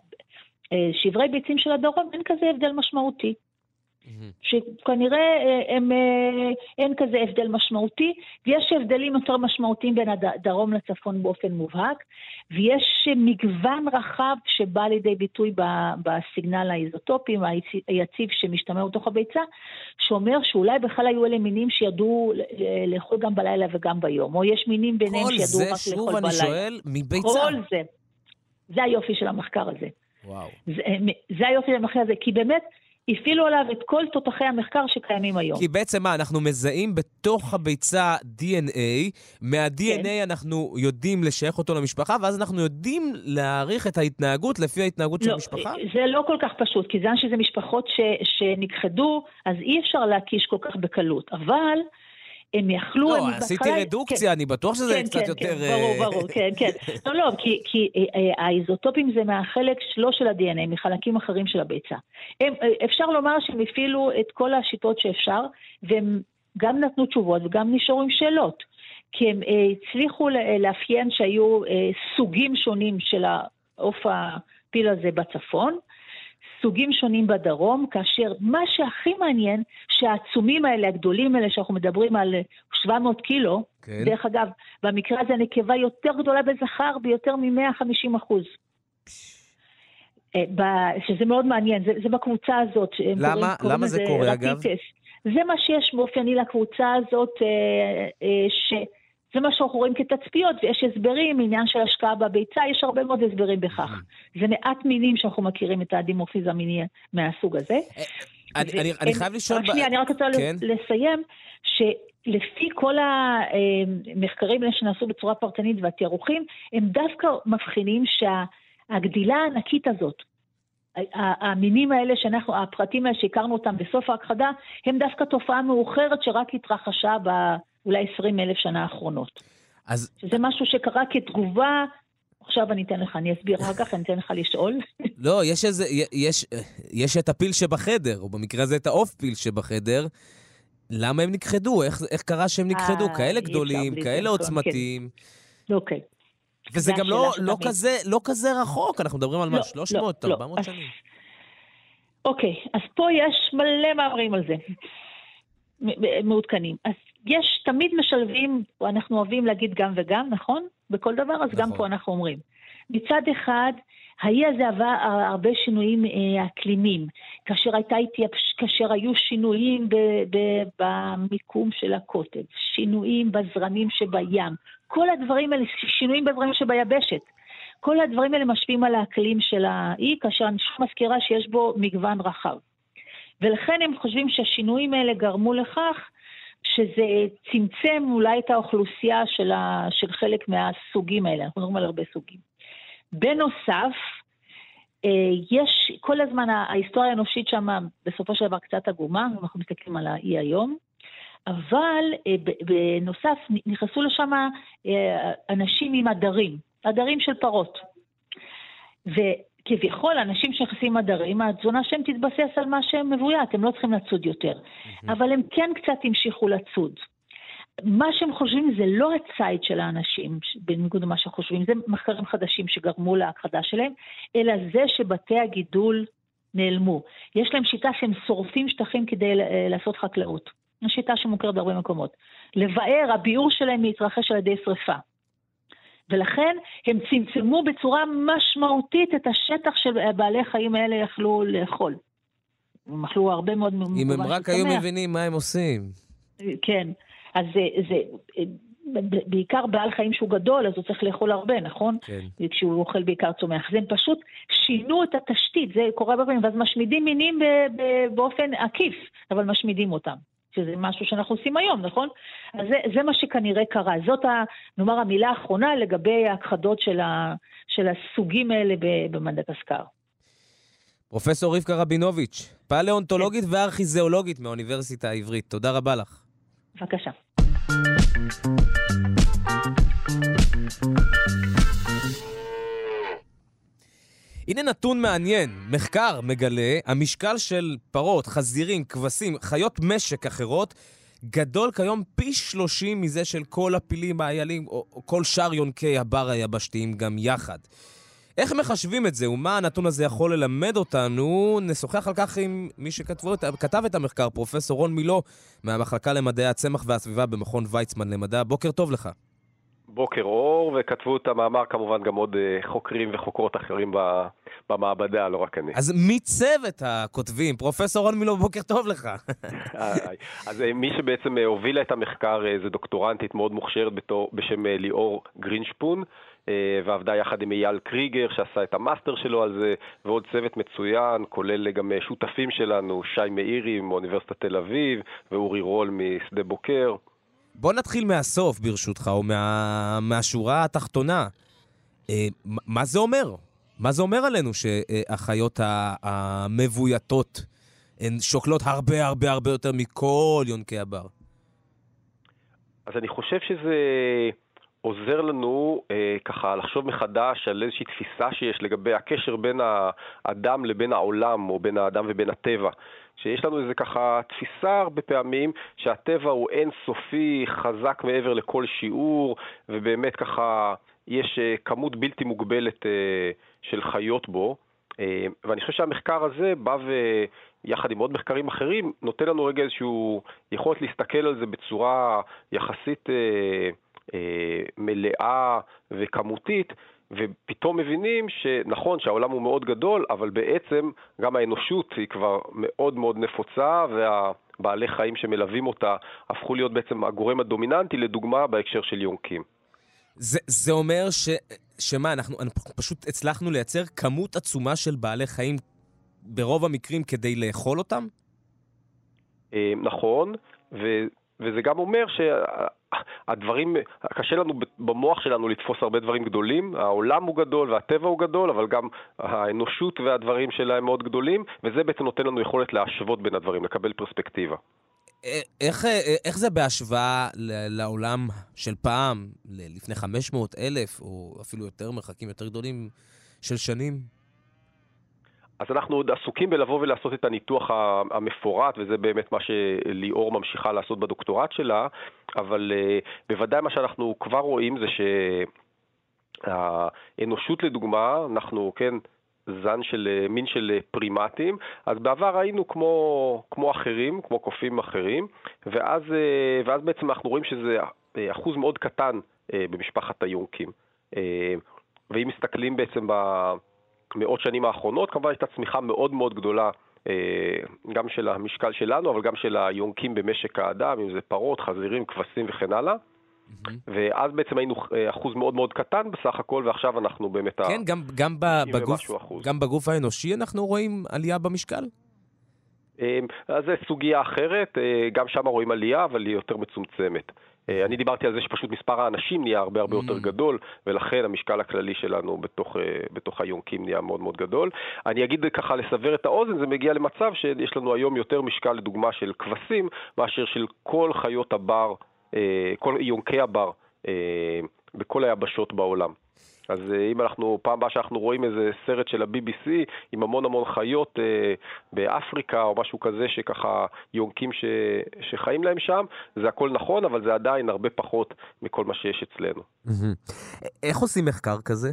בשברי ביצים של הדרום אין כזה הבדל משמעותי. שכנראה הם, אין כזה הבדל משמעותי, ויש הבדלים יותר משמעותיים בין הדרום לצפון באופן מובהק, ויש מגוון רחב שבא לידי ביטוי בסיגנל האיזוטופים, היציב שמשתמע בתוך הביצה, שאומר שאולי בכלל היו אלה מינים שידעו לאכול גם בלילה וגם ביום, או יש מינים ביניהם שידעו רק לאכול בלילה. כל זה, שוב אני שואל, מביצה. כל זה. זה היופי של המחקר הזה. וואו. זה, זה היופי של המחקר הזה, כי באמת, הפעילו עליו את כל תותחי המחקר שקיימים היום. כי בעצם מה, אנחנו מזהים בתוך הביצה די אן איי, מה-די אן איי כן. אנחנו יודעים לשייך אותו למשפחה, ואז אנחנו יודעים להעריך את ההתנהגות לפי ההתנהגות לא, של המשפחה? זה לא כל כך פשוט, כי זה שזה משפחות ש, שנכחדו, אז אי אפשר להקיש כל כך בקלות, אבל הם יכלו... לא, עשיתי רדוקציה, אני בטוח שזה קצת יותר... ברור, ברור, כן, כן. לא, לא, כי האיזוטופים זה מהחלק שלו של ה-די אן איי, מחלקים אחרים של הביצה. אפשר לומר שהם הפעילו את כל השיטות שאפשר, והם גם נתנו תשובות וגם נשארו עם שאלות. כי הם הצליחו לאפיין שהיו סוגים שונים של העוף הפיל הזה בצפון, סוגים שונים בדרום, כאשר מה שהכי מעניין, שהעצומים האלה, הגדולים האלה, שאנחנו מדברים על שבע מאות קילו, כן. דרך אגב, במקרה הזה נקבה יותר גדולה בזכר, ביותר מ-מאה וחמישים אחוז. שזה מאוד מעניין, זה, זה בקבוצה הזאת. למה, קוראים, קוראים למה זה קורה, רטיטס. אגב? זה מה שיש באופייני לקבוצה הזאת, ש... זה מה שאנחנו רואים כתצפיות, ויש הסברים, עניין של השקעה בביצה, יש הרבה מאוד הסברים בכך. זה מעט מינים שאנחנו מכירים את הדימורפיזם המיני מהסוג הזה. אני חייב לשאול... שנייה, אני רק רוצה לסיים, שלפי כל המחקרים שנעשו בצורה פרטנית והתיארוכים, הם דווקא מבחינים שהגדילה הענקית הזאת, המינים האלה שאנחנו, הפרטים האלה שהכרנו אותם בסוף ההכחדה, הם דווקא תופעה מאוחרת שרק התרחשה ב... אולי עשרים אלף שנה האחרונות. אז... שזה משהו שקרה כתגובה, עכשיו אני אתן לך, אני אסביר אחר כך, אני אתן לך לשאול. לא, יש איזה, יש, יש את הפיל שבחדר, או במקרה הזה את האוף פיל שבחדר, למה הם נכחדו? איך, איך קרה שהם נכחדו? כאלה גדולים, כאלה עוצמתיים. אוקיי. וזה גם לא, לא כזה, לא כזה רחוק, אנחנו מדברים על מה, שלוש מאות, ארבע מאות שנים. אוקיי, אז פה יש מלא מאמרים על זה. מעודכנים. אז יש תמיד משלבים, אנחנו אוהבים להגיד גם וגם, נכון? בכל דבר, אז נכון. גם פה אנחנו אומרים. מצד אחד, האי הזה עבר הרבה שינויים אקלימיים, כאשר, הייתה, כאשר היו שינויים ב, ב, במיקום של הקוטב, שינויים בזרמים שבים, כל הדברים האלה, שינויים בזרמים שביבשת, כל הדברים האלה משפיעים על האקלים של האי, כאשר אני מזכירה שיש בו מגוון רחב. ולכן הם חושבים שהשינויים האלה גרמו לכך, שזה צמצם אולי את האוכלוסייה של, ה, של חלק מהסוגים האלה, אנחנו מדברים על הרבה סוגים. בנוסף, יש כל הזמן, ההיסטוריה האנושית שם בסופו של דבר קצת עגומה, אנחנו מסתכלים על האי היום, אבל בנוסף נכנסו לשם אנשים עם עדרים, עדרים של פרות. וכביכול, אנשים שנכנסים עדרים, התזונה שהם תתבסס על מה שהם מבוית, הם לא צריכים לצוד יותר. אבל הם כן קצת המשיכו לצוד. מה שהם חושבים זה לא הצייד של האנשים, בניגוד למה שחושבים, זה מחקרים חדשים שגרמו להכחדה שלהם, אלא זה שבתי הגידול נעלמו. יש להם שיטה שהם שורפים שטחים כדי לעשות חקלאות. זו שיטה שמוכרת בהרבה מקומות. לבאר, הביאור שלהם להתרחש על ידי שריפה. ולכן הם צמצמו בצורה משמעותית את השטח של בעלי חיים האלה יכלו לאכול. הם אכלו הרבה מאוד... אם הם רק היו מבינים מה הם עושים. כן. אז זה, זה, בעיקר בעל חיים שהוא גדול, אז הוא צריך לאכול הרבה, נכון? כן. כשהוא אוכל בעיקר צומח. אז הם פשוט שינו את התשתית, זה קורה בפעמים, ואז משמידים מינים באופן עקיף, אבל משמידים אותם. שזה משהו שאנחנו עושים היום, נכון? אז זה, זה מה שכנראה קרה. זאת, ה, נאמר, המילה האחרונה לגבי ההכחדות של, ה, של הסוגים האלה במדגסקר. פרופסור רבקה רבינוביץ', פלאונטולוגית כן. וארכיזיאולוגית מהאוניברסיטה העברית. תודה רבה לך. בבקשה. הנה נתון מעניין. מחקר מגלה, המשקל של פרות, חזירים, כבשים, חיות משק אחרות, גדול כיום פי שלושים מזה של כל הפילים, האיילים, או, או כל שאר יונקי הבר היבשתיים גם יחד. איך מחשבים את זה, ומה הנתון הזה יכול ללמד אותנו? נשוחח על כך עם מי שכתב את המחקר, פרופסור רון מילו, מהמחלקה למדעי הצמח והסביבה במכון ויצמן למדע. בוקר טוב לך. בוקר אור, וכתבו את המאמר כמובן גם עוד חוקרים וחוקרות אחרים במעבדה, לא רק אני. אז מי צוות הכותבים? פרופסור רון מילו, בוקר טוב לך. אז מי שבעצם הובילה את המחקר זה דוקטורנטית מאוד מוכשרת בשם ליאור גרינשפון, ועבדה יחד עם אייל קריגר שעשה את המאסטר שלו על זה, ועוד צוות מצוין, כולל גם שותפים שלנו, שי מאירי מאוניברסיטת תל אביב, ואורי רול משדה בוקר. בוא נתחיל מהסוף ברשותך, או מה, מהשורה התחתונה. אה, מה זה אומר? מה זה אומר עלינו שהחיות המבויתות הן שוקלות הרבה הרבה הרבה יותר מכל יונקי הבר? אז אני חושב שזה עוזר לנו אה, ככה לחשוב מחדש על איזושהי תפיסה שיש לגבי הקשר בין האדם לבין העולם, או בין האדם ובין הטבע. שיש לנו איזה ככה תפיסה הרבה פעמים שהטבע הוא אינסופי, חזק מעבר לכל שיעור, ובאמת ככה יש כמות בלתי מוגבלת של חיות בו. ואני חושב שהמחקר הזה בא ויחד עם עוד מחקרים אחרים נותן לנו רגע איזשהו יכולת להסתכל על זה בצורה יחסית מלאה וכמותית, ופתאום מבינים שנכון שהעולם הוא מאוד גדול, אבל בעצם גם האנושות היא כבר מאוד מאוד נפוצה, והבעלי חיים שמלווים אותה הפכו להיות בעצם הגורם הדומיננטי, לדוגמה בהקשר של יונקים. זה, זה אומר ש, שמה, אנחנו, אנחנו פשוט הצלחנו לייצר כמות עצומה של בעלי חיים ברוב המקרים כדי לאכול אותם? נכון, ו, וזה גם אומר שה... הדברים, קשה לנו במוח שלנו לתפוס הרבה דברים גדולים, העולם הוא גדול והטבע הוא גדול, אבל גם האנושות והדברים שלה הם מאוד גדולים, וזה בעצם נותן לנו יכולת להשוות בין הדברים, לקבל פרספקטיבה. איך, איך זה בהשוואה לעולם של פעם, לפני חמש מאות אלף, או אפילו יותר מרחקים יותר גדולים של שנים? אז אנחנו עוד עסוקים בלבוא ולעשות את הניתוח המפורט, וזה באמת מה שליאור ממשיכה לעשות בדוקטורט שלה, אבל uh, בוודאי מה שאנחנו כבר רואים זה שהאנושות לדוגמה, אנחנו כן זן של מין של פרימטים, אז בעבר היינו כמו, כמו אחרים, כמו קופים אחרים, ואז, uh, ואז בעצם אנחנו רואים שזה אחוז מאוד קטן uh, במשפחת היונקים. Uh, ואם מסתכלים בעצם ב... במאות שנים האחרונות. כמובן הייתה צמיחה מאוד מאוד גדולה, גם של המשקל שלנו, אבל גם של היונקים במשק האדם, אם זה פרות, חזירים, כבשים וכן הלאה. Mm-hmm. ואז בעצם היינו אחוז מאוד מאוד קטן בסך הכל, ועכשיו אנחנו באמת... כן, גם, גם, בגוף, גם בגוף האנושי אנחנו רואים עלייה במשקל? אז זו סוגיה אחרת, גם שם רואים עלייה, אבל היא יותר מצומצמת. אני דיברתי על זה שפשוט מספר האנשים נהיה הרבה הרבה יותר גדול, ולכן המשקל הכללי שלנו בתוך, בתוך היונקים נהיה מאוד מאוד גדול. אני אגיד ככה לסבר את האוזן, זה מגיע למצב שיש לנו היום יותר משקל לדוגמה של כבשים, מאשר של כל חיות הבר, כל יונקי הבר בכל היבשות בעולם. אז אם אנחנו, פעם הבאה שאנחנו רואים איזה סרט של ה-בי בי סי עם המון המון חיות אה, באפריקה או משהו כזה שככה יונקים ש, שחיים להם שם, זה הכל נכון, אבל זה עדיין הרבה פחות מכל מה שיש אצלנו. איך עושים מחקר כזה?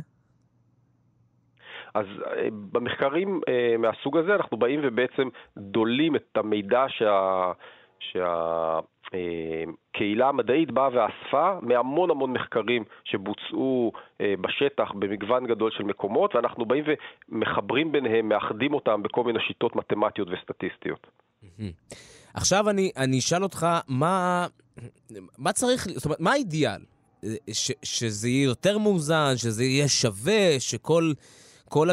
אז אה, במחקרים אה, מהסוג הזה אנחנו באים ובעצם דולים את המידע שה... שה... קהילה המדעית באה ואספה מהמון המון מחקרים שבוצעו בשטח במגוון גדול של מקומות, ואנחנו באים ומחברים ביניהם, מאחדים אותם בכל מיני שיטות מתמטיות וסטטיסטיות. עכשיו אני, אני אשאל אותך, מה, מה צריך, זאת אומרת, מה האידיאל? ש, שזה יהיה יותר מאוזן, שזה יהיה שווה, שכל... כל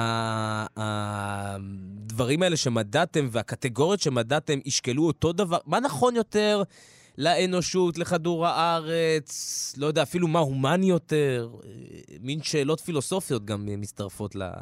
הדברים האלה שמדעתם והקטגוריות שמדעתם ישקלו אותו דבר, מה נכון יותר לאנושות, לכדור הארץ, לא יודע, אפילו מה הומני יותר, מין שאלות פילוסופיות גם מצטרפות ל...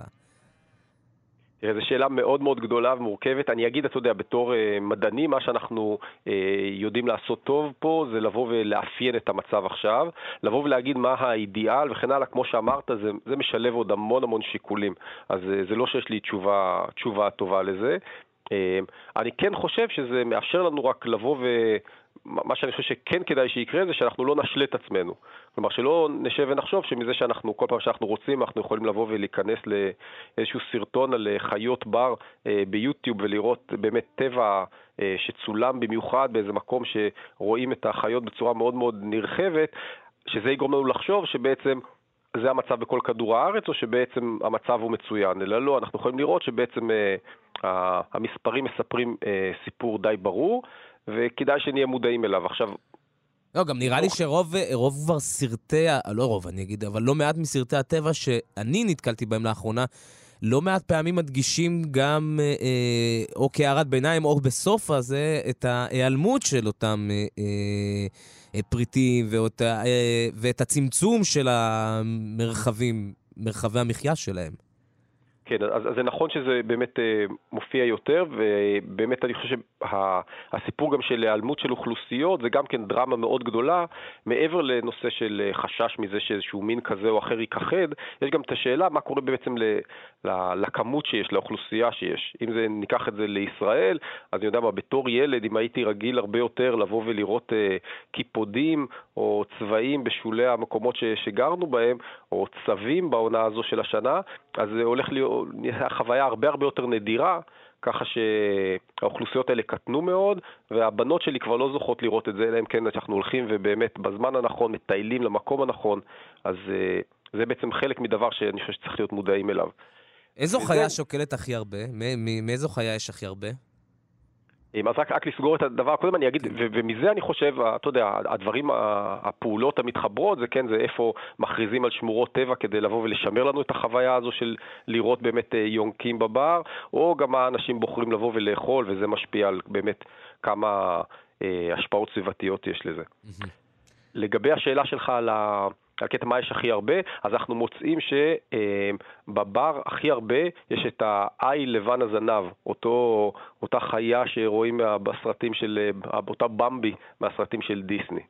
זו שאלה מאוד מאוד גדולה ומורכבת. אני אגיד, אתה יודע, בתור uh, מדעני, מה שאנחנו uh, יודעים לעשות טוב פה, זה לבוא ולאפיין את המצב עכשיו, לבוא ולהגיד מה האידיאל וכן הלאה, כמו שאמרת, זה, זה משלב עוד המון המון שיקולים. אז uh, זה לא שיש לי תשובה, תשובה טובה לזה. Uh, אני כן חושב שזה מאפשר לנו רק לבוא ו... מה שאני חושב שכן כדאי שיקרה זה שאנחנו לא נשלה את עצמנו. כלומר, שלא נשב ונחשוב שמזה שאנחנו, כל פעם שאנחנו רוצים, אנחנו יכולים לבוא ולהיכנס לאיזשהו סרטון על חיות בר אה, ביוטיוב ולראות באמת טבע אה, שצולם במיוחד באיזה מקום שרואים את החיות בצורה מאוד מאוד נרחבת, שזה יגרום לנו לחשוב שבעצם זה המצב בכל כדור הארץ, או שבעצם המצב הוא מצוין. אלא לא, אנחנו יכולים לראות שבעצם אה, המספרים מספרים אה, סיפור די ברור, וכדאי שנהיה מודעים אליו. עכשיו... לא, גם נראה לי שרוב רוב כבר סרטי, לא רוב אני אגיד, אבל לא מעט מסרטי הטבע שאני נתקלתי בהם לאחרונה, לא מעט פעמים מדגישים גם אה, או כהערת ביניים או בסוף הזה את ההיעלמות של אותם אה, אה, פריטים ואת, אה, ואת הצמצום של המרחבים, מרחבי המחיה שלהם. כן, אז, אז זה נכון שזה באמת אה, מופיע יותר, ובאמת אני חושב שהסיפור גם של העלמות של אוכלוסיות, זה גם כן דרמה מאוד גדולה, מעבר לנושא של חשש מזה שאיזשהו מין כזה או אחר ייכחד, יש גם את השאלה מה קורה בעצם ל, ל, לכמות שיש, לאוכלוסייה שיש. אם זה, ניקח את זה לישראל, אז אני יודע מה, בתור ילד, אם הייתי רגיל הרבה יותר לבוא ולראות אה, קיפודים או צבעים בשולי המקומות ש, שגרנו בהם, או צווים בעונה הזו של השנה, אז זה הולך להיות החוויה הרבה הרבה יותר נדירה, ככה שהאוכלוסיות האלה קטנו מאוד, והבנות שלי כבר לא זוכות לראות את זה, אלא אם כן שאנחנו הולכים ובאמת בזמן הנכון, מטיילים למקום הנכון, אז זה בעצם חלק מדבר שאני חושב שצריך להיות מודעים אליו. איזו וזה... חיה שוקלת הכי הרבה? מאיזו חיה יש הכי הרבה? אז רק, רק לסגור את הדבר הקודם, אני אגיד, ו- ומזה אני חושב, אתה יודע, הדברים, הפעולות המתחברות, זה כן, זה איפה מכריזים על שמורות טבע כדי לבוא ולשמר לנו את החוויה הזו של לראות באמת יונקים בבר, או גם האנשים בוחרים לבוא ולאכול, וזה משפיע על באמת כמה אה, השפעות סביבתיות יש לזה. Mm-hmm. לגבי השאלה שלך על ה... על קטע מה יש הכי הרבה, אז אנחנו מוצאים שבבר הכי הרבה יש את האי לבן הזנב, אותו, אותה חיה שרואים בסרטים של, אותה במבי מהסרטים של דיסני.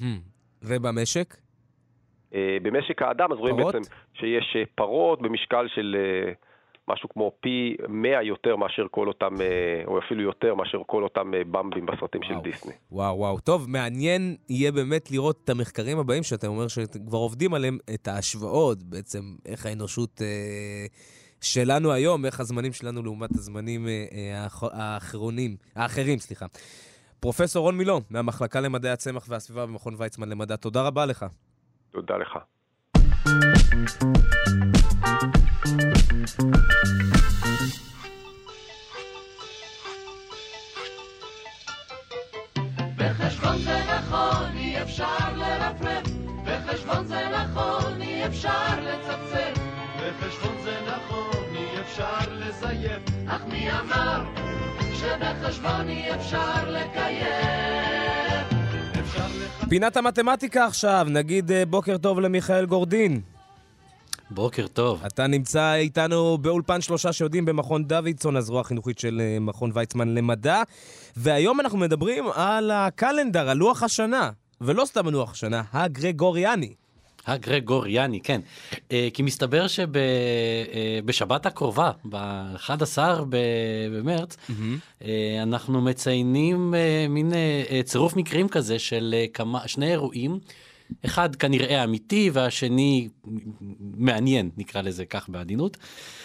ובמשק? במשק האדם, אז רואים בעצם שיש פרות במשקל של משהו כמו פי מאה יותר מאשר כל אותם, או אפילו יותר מאשר כל אותם במבים בסרטים וואו. של דיסני. וואו, וואו. טוב, מעניין יהיה באמת לראות את המחקרים הבאים, שאתה אומר שכבר עובדים עליהם, את ההשוואות, בעצם איך האנושות אה, שלנו היום, איך הזמנים שלנו לעומת הזמנים אה, האחרונים, האחרים, סליחה. פרופסור רון מילוא, מהמחלקה למדעי הצמח והסביבה במכון ויצמן למדע, תודה רבה לך. תודה לך. בחשבון זה נכון, אי אפשר לרפרף, בחשבון זה נכון, אי אפשר לצפצף, בחשבון זה נכון, אי אפשר לזייף, אך מי אמר שבחשבון אי אפשר לקיים? אפשר לח... פינת המתמטיקה עכשיו, נגיד בוקר טוב למיכאל גורדין. בוקר טוב. אתה נמצא איתנו באולפן שלושה שיודעים במכון דוידסון, הזרוע החינוכית של מכון ויצמן למדע, והיום אנחנו מדברים על הקלנדר, על לוח השנה, ולא סתם לוח השנה, הגרגוריאני. הגרגוריאני, כן. כי מסתבר שבשבת הקרובה, ב-אחד עשר במרץ, אנחנו מציינים מין צירוף מקרים כזה של שני אירועים, אחד כנראה אמיתי והשני מעניין, נקרא לזה כך בעדינות,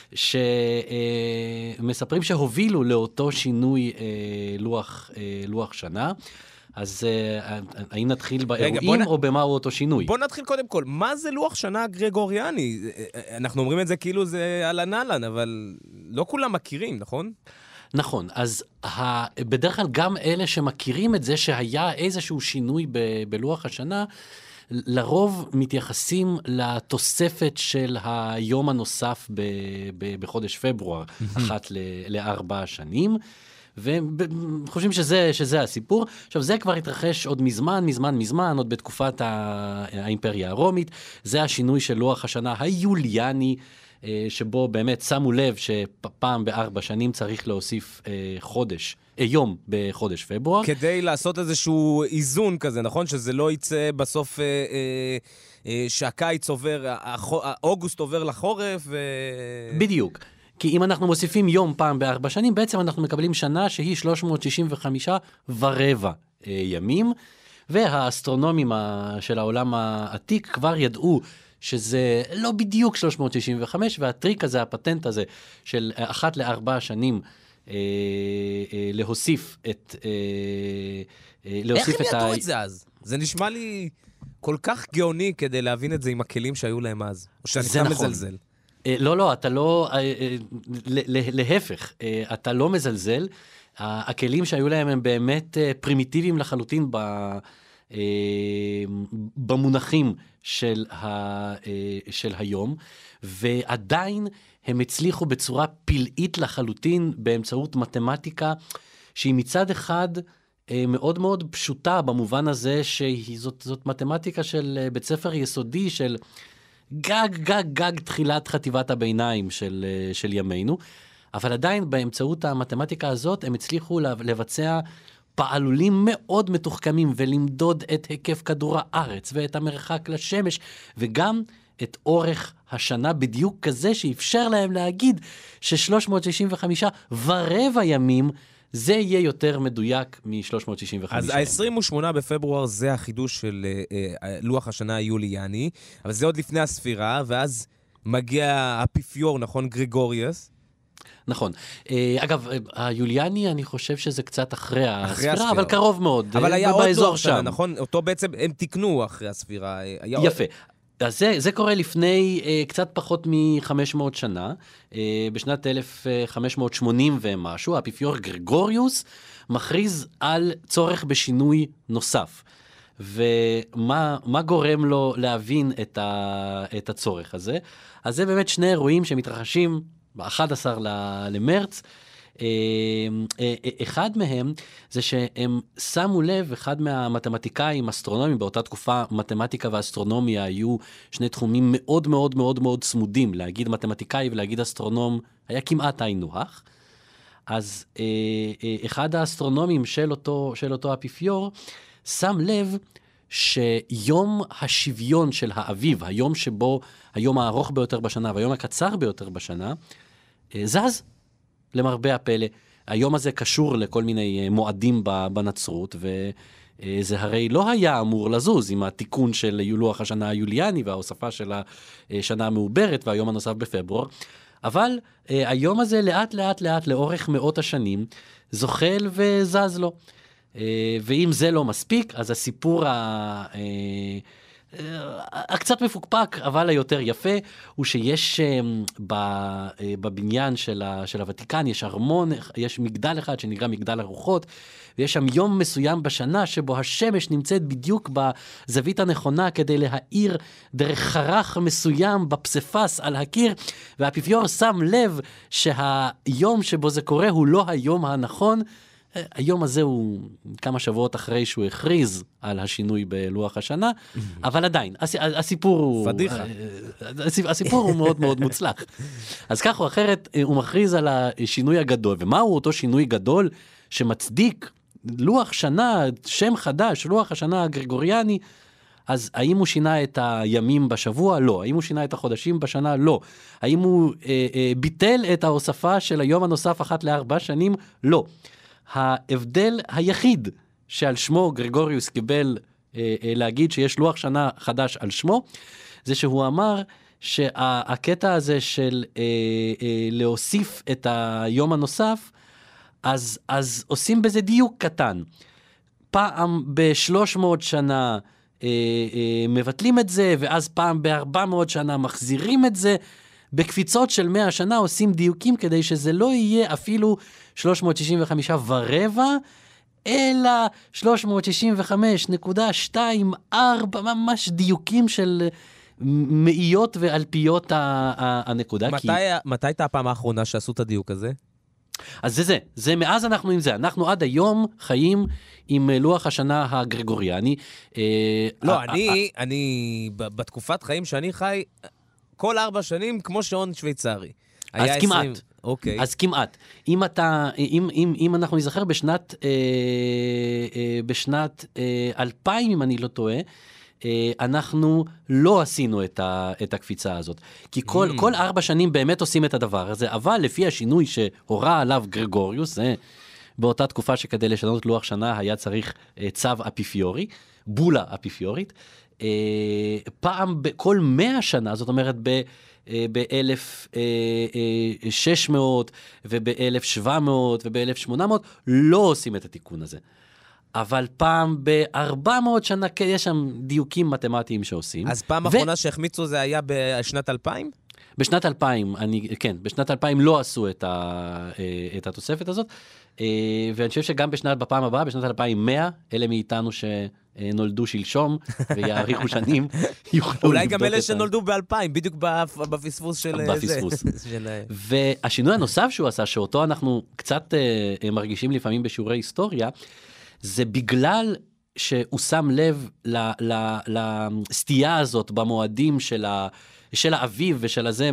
שמספרים שהובילו לאותו שינוי לוח, לוח שנה. אז האם נתחיל באירועים או במה הוא אותו שינוי? בוא נתחיל קודם כל, מה זה לוח שנה גרגוריאני? אנחנו אומרים את זה כאילו זה על הנלן, אבל לא כולם מכירים, נכון? נכון, אז ה... בדרך כלל גם אלה שמכירים את זה שהיה איזשהו שינוי ב... בלוח השנה, לרוב מתייחסים לתוספת של היום הנוסף ב... ב... בחודש פברואר, אחת ל... לארבע שנים, וחושבים שזה, שזה הסיפור. עכשיו, זה כבר התרחש עוד מזמן, מזמן, מזמן, עוד בתקופת האימפריה הרומית. זה השינוי של לוח השנה היוליאני, שבו באמת שמו לב שפעם בארבע שנים צריך להוסיף חודש, יום בחודש פברואר. כדי לעשות איזשהו איזון כזה, נכון? שזה לא יצא בסוף שהקיץ עובר, האוגוסט עובר לחורף. ו... בדיוק. כי אם אנחנו מוסיפים יום פעם בארבע שנים, בעצם אנחנו מקבלים שנה שהיא שלוש מאות שישים וחמש ורבע ימים, והאסטרונומים של העולם העתיק כבר ידעו שזה לא בדיוק שלוש מאות שישים וחמש, והטריק הזה, הפטנט הזה, של אחת לארבע שנים, אה, אה, להוסיף את... אה, להוסיף איך את הם ידעו ה... את זה אז? זה נשמע לי כל כך גאוני כדי להבין את זה עם הכלים שהיו להם אז. או שאני סתם נכון. מזלזל. לא, לא, אתה לא, להפך, אתה לא מזלזל. הכלים שהיו להם הם באמת פרימיטיביים לחלוטין במונחים של, ה, של היום, ועדיין הם הצליחו בצורה פלאית לחלוטין באמצעות מתמטיקה, שהיא מצד אחד מאוד מאוד פשוטה במובן הזה שזאת זאת מתמטיקה של בית ספר יסודי של גג, גג, גג תחילת חטיבת הביניים של, של ימינו, אבל עדיין באמצעות המתמטיקה הזאת הם הצליחו לבצע פעלולים מאוד מתוחכמים ולמדוד את היקף כדור הארץ ואת המרחק לשמש וגם את אורך השנה בדיוק כזה שאפשר להם להגיד ש-שלוש מאות שישים וחמש ורבע ימים זה יהיה יותר מדויק מ-שלוש מאות שישים וחמש. אז ה-עשרים ושמונה בפברואר זה החידוש של uh, לוח השנה היוליאני, אבל זה עוד לפני הספירה, ואז מגיע האפיפיור, נכון? גרגוריוס. נכון. אגב, היוליאני, אני חושב שזה קצת אחרי הספירה, אבל קרוב מאוד. אבל היה עוד לוח שנה, נכון? אותו בעצם הם תיקנו אחרי הספירה. יפה. אז זה, זה קורה לפני uh, קצת פחות מ-חמש מאות שנה, uh, בשנת אלף חמש מאות שמונים ומשהו, האפיפיור גרגוריוס מכריז על צורך בשינוי נוסף. ומה מה גורם לו להבין את, ה, את הצורך הזה? אז זה באמת שני אירועים שמתרחשים ב-אחד עשר למרץ, אחד מהם זה שהם שמו לב, אחד מהמתמטיקאים, אסטרונומים, באותה תקופה מתמטיקה ואסטרונומיה היו שני תחומים מאוד מאוד מאוד מאוד צמודים, להגיד מתמטיקאי ולהגיד אסטרונום היה כמעט היינו הך. אז אחד האסטרונומים של אותו, של אותו אפיפיור שם לב שיום השוויון של האביב, היום שבו היום הארוך ביותר בשנה והיום הקצר ביותר בשנה, זז למרבה הפלא. היום הזה קשור לכל מיני מועדים בנצרות, וזה הרי לא היה אמור לזוז עם התיקון של לוח השנה היוליאני וההוספה של השנה המעוברת והיום הנוסף בפברואר, אבל היום הזה לאט לאט לאט לאורך מאות השנים זוחל וזז לו. ואם זה לא מספיק, אז הסיפור הקצת מפוקפק, אבל היותר יפה, הוא שיש בבניין של הוותיקן, יש ארמון, יש מגדל אחד שנקרא מגדל הרוחות, ויש שם יום מסוים בשנה שבו השמש נמצאת בדיוק בזווית הנכונה כדי להאיר דרך חרך מסוים בפספס על הקיר, והאפיפיור שם לב שהיום שבו זה קורה הוא לא היום הנכון. היום הזה הוא כמה שבועות אחרי שהוא הכריז על השינוי בלוח השנה, אבל עדיין, הסיפור הוא... פדיחה. הסיפור הוא מאוד מאוד מוצלח. אז כך או אחרת, הוא מכריז על השינוי הגדול. ומהו אותו שינוי גדול שמצדיק לוח שנה, שם חדש, לוח השנה הגרגוריאני? אז האם הוא שינה את הימים בשבוע? לא. האם הוא שינה את החודשים בשנה? לא. האם הוא אה, אה, ביטל את ההוספה של היום הנוסף אחת לארבע שנים? לא. ההבדל היחיד שעל שמו גרגוריוס קיבל אה, אה, להגיד שיש לוח שנה חדש על שמו, זה שהוא אמר שהקטע הזה של אה, אה, להוסיף את היום הנוסף, אז, אז עושים בזה דיוק קטן. פעם ב-שלוש מאות שנה אה, אה, מבטלים את זה, ואז פעם ב-ארבע מאות שנה מחזירים את זה. בקפיצות של מאה שנה עושים דיוקים כדי שזה לא יהיה אפילו שלוש מאות שישים וחמש ורבע, אלא שלוש מאות שישים וחמש נקודה עשרים וארבע, ממש דיוקים של מאיות ואלפיות הנקודה. מתי, כי... מתי הייתה הפעם האחרונה שעשו את הדיוק הזה? אז זה זה, זה מאז אנחנו עם זה, אנחנו עד היום חיים עם לוח השנה הגרגוריאני. לא, אני, אני, בתקופת חיים שאני חי, כל ארבע שנים כמו שעון שוויצרי. אז כמעט. אוקיי. אז כמעט. אם אתה, אם, אם, אם אנחנו נזכר בשנת, אה, אה, בשנת אה, אלפיים, אם אני לא טועה, אה, אנחנו לא עשינו את, ה, את הקפיצה הזאת. כי כל, mm. כל ארבע שנים באמת עושים את הדבר הזה, אבל לפי השינוי שהורה עליו גרגוריוס, זה באותה תקופה שכדי לשנות לוח שנה היה צריך אה, צו אפיפיורי, בולה אפיפיורית, אה, פעם בכל מאה שנה, זאת אומרת ב... ב-אלף ושש מאות וב-אלף שבע מאות וב-אלף שמונה מאות לא עושים את התיקון הזה. אבל פעם ב-ארבע מאות שנה יש שם דיוקים מתמטיים שעושים. אז פעם האחרונה שהחמיצו זה היה בשנת אלפיים? בשנת אלפיים, אני, כן, בשנת אלפיים לא עשו את, ה, את התוספת הזאת, ואני חושב שגם בשנת, בפעם הבאה, בשנת אלפיים ומאה, אלה מאיתנו שנולדו שלשום ויעריכו שנים, יוכלו אולי גם אלה שנולדו באלפיים, בדיוק בפספוס של בפספוס. זה. והשינוי הנוסף שהוא עשה, שאותו אנחנו קצת מרגישים לפעמים בשיעורי היסטוריה, זה בגלל שהוא שם לב לסטייה הזאת במועדים של ה... של האביב ושל הזה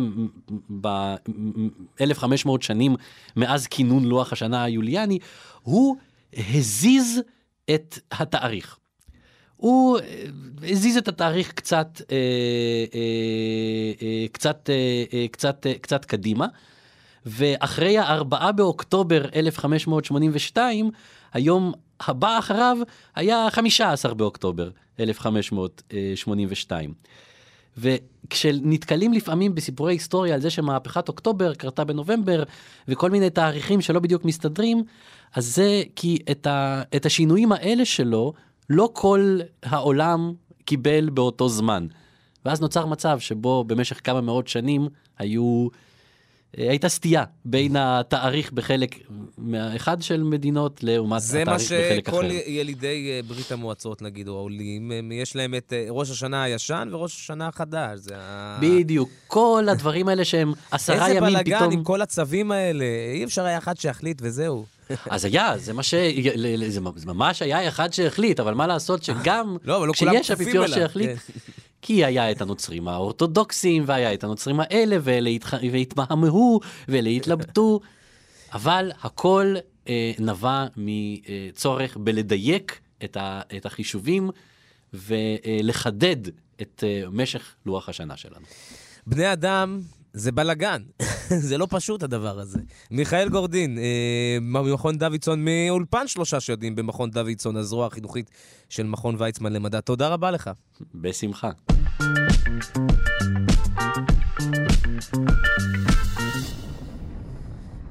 ב-אלף וחמש מאות שנים מאז כינון לוח השנה היוליאני, הוא הזיז את התאריך. הוא הזיז את התאריך קצת, אה, אה, קצת, אה, קצת, קצת קדימה, ואחרי הארבעה באוקטובר אלף חמש מאות שמונים ושתיים, היום הבא אחריו היה חמישה עשר באוקטובר אלף חמש מאות שמונים ושתיים. וכשנתקלים לפעמים בסיפורי היסטוריה על זה שמהפכת אוקטובר קרתה בנובמבר, וכל מיני תאריכים שלא בדיוק מסתדרים, אז זה כי את, ה, את השינויים האלה שלו, לא כל העולם קיבל באותו זמן. ואז נוצר מצב שבו במשך כמה מאות שנים היו, הייתה סטייה בין התאריך בחלק אחד של מדינות לעומת התאריך בחלק אחר. זה מה שכל ילידי ברית המועצות, נגיד, או העולים, יש להם את ראש השנה הישן וראש השנה החדש. בדיוק. כל הדברים האלה שהם עשרה ימים פתאום... איזה בלגן עם כל הצווים האלה. אי אפשר היה אחד שהחליט וזהו. אז היה, זה מה ש... זה ממש היה אחד שהחליט, אבל מה לעשות שגם כשיש אפיפיור שהחליט... כי היה את הנוצרים האורתודוקסים, והיה את הנוצרים האלה, והתמהמהו, ולהתלבטו, אבל הכל אה, נבע מצורך בלדייק את, ה, את החישובים, ולחדד את אה, משך לוח השנה שלנו. בני אדם זה בלגן, זה לא פשוט הדבר הזה. מיכאל גורדין, אה, ממכון דוידסון, מאולפן שלושה שיודעים במכון דוידסון, הזרוע החינוכית של מכון ויצמן למדע. תודה רבה לך. בשמחה.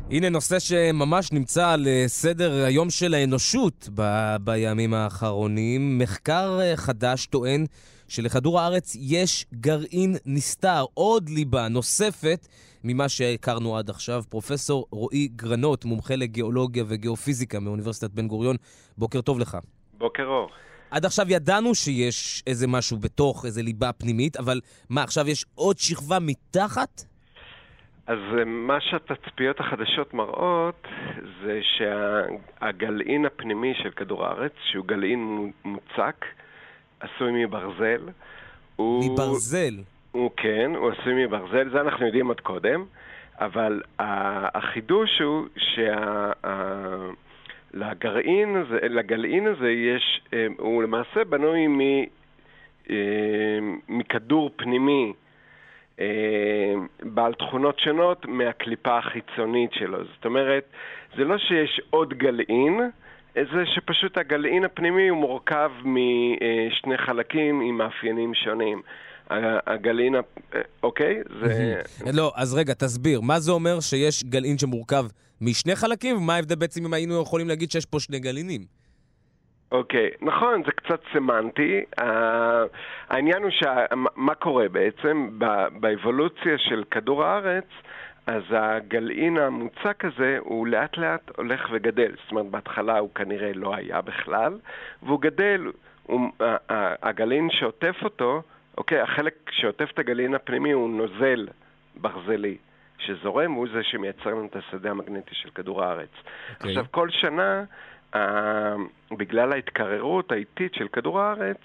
הנה נושא שממש נמצא על סדר היום של האנושות ב- בימים האחרונים. מחקר חדש טוען שלכדור הארץ יש גרעין נסתר, עוד ליבה נוספת ממה שהכרנו עד עכשיו. פרופסור רועי גרנות, מומחה לגיאולוגיה וגיאופיזיקה מאוניברסיטת בן גוריון, בוקר טוב לך. בוקר אור. עד עכשיו ידענו שיש איזה משהו בתוך, איזה ליבה פנימית, אבל מה, עכשיו יש עוד שכבה מתחת? אז מה שהתצפיות החדשות מראות זה שהגלעין הפנימי של כדור הארץ, שהוא גלעין מוצק, עשוי מברזל. מברזל? הוא, הוא כן, הוא עשוי מברזל, זה אנחנו יודעים עוד קודם, אבל החידוש הוא שה... לגרעין הזה, לגלעין הזה יש, הוא למעשה בנוי מ, מכדור פנימי בעל תכונות שונות מהקליפה החיצונית שלו. זאת אומרת, זה לא שיש עוד גלעין, זה שפשוט הגלעין הפנימי הוא מורכב משני חלקים עם מאפיינים שונים. הגלעין, אוקיי? זה... לא, אז רגע, תסביר. מה זה אומר שיש גלעין שמורכב משני חלקים, ומה ההבדל בעצם אם היינו יכולים להגיד שיש פה שני גלעינים? אוקיי, נכון, זה קצת סמנטי. העניין הוא מה קורה בעצם באבולוציה של כדור הארץ, אז הגלעין המוצק הזה הוא לאט לאט הולך וגדל. זאת אומרת, בהתחלה הוא כנראה לא היה בכלל, והוא גדל, הוא, הגלעין שעוטף אותו, אוקיי, החלק שעוטף את הגלעין הפנימי הוא נוזל ברזלי. שזורם הוא זה שמייצר לנו את השדה המגנטי של כדור הארץ. Okay. עכשיו, כל שנה, uh, בגלל ההתקררות האיטית של כדור הארץ,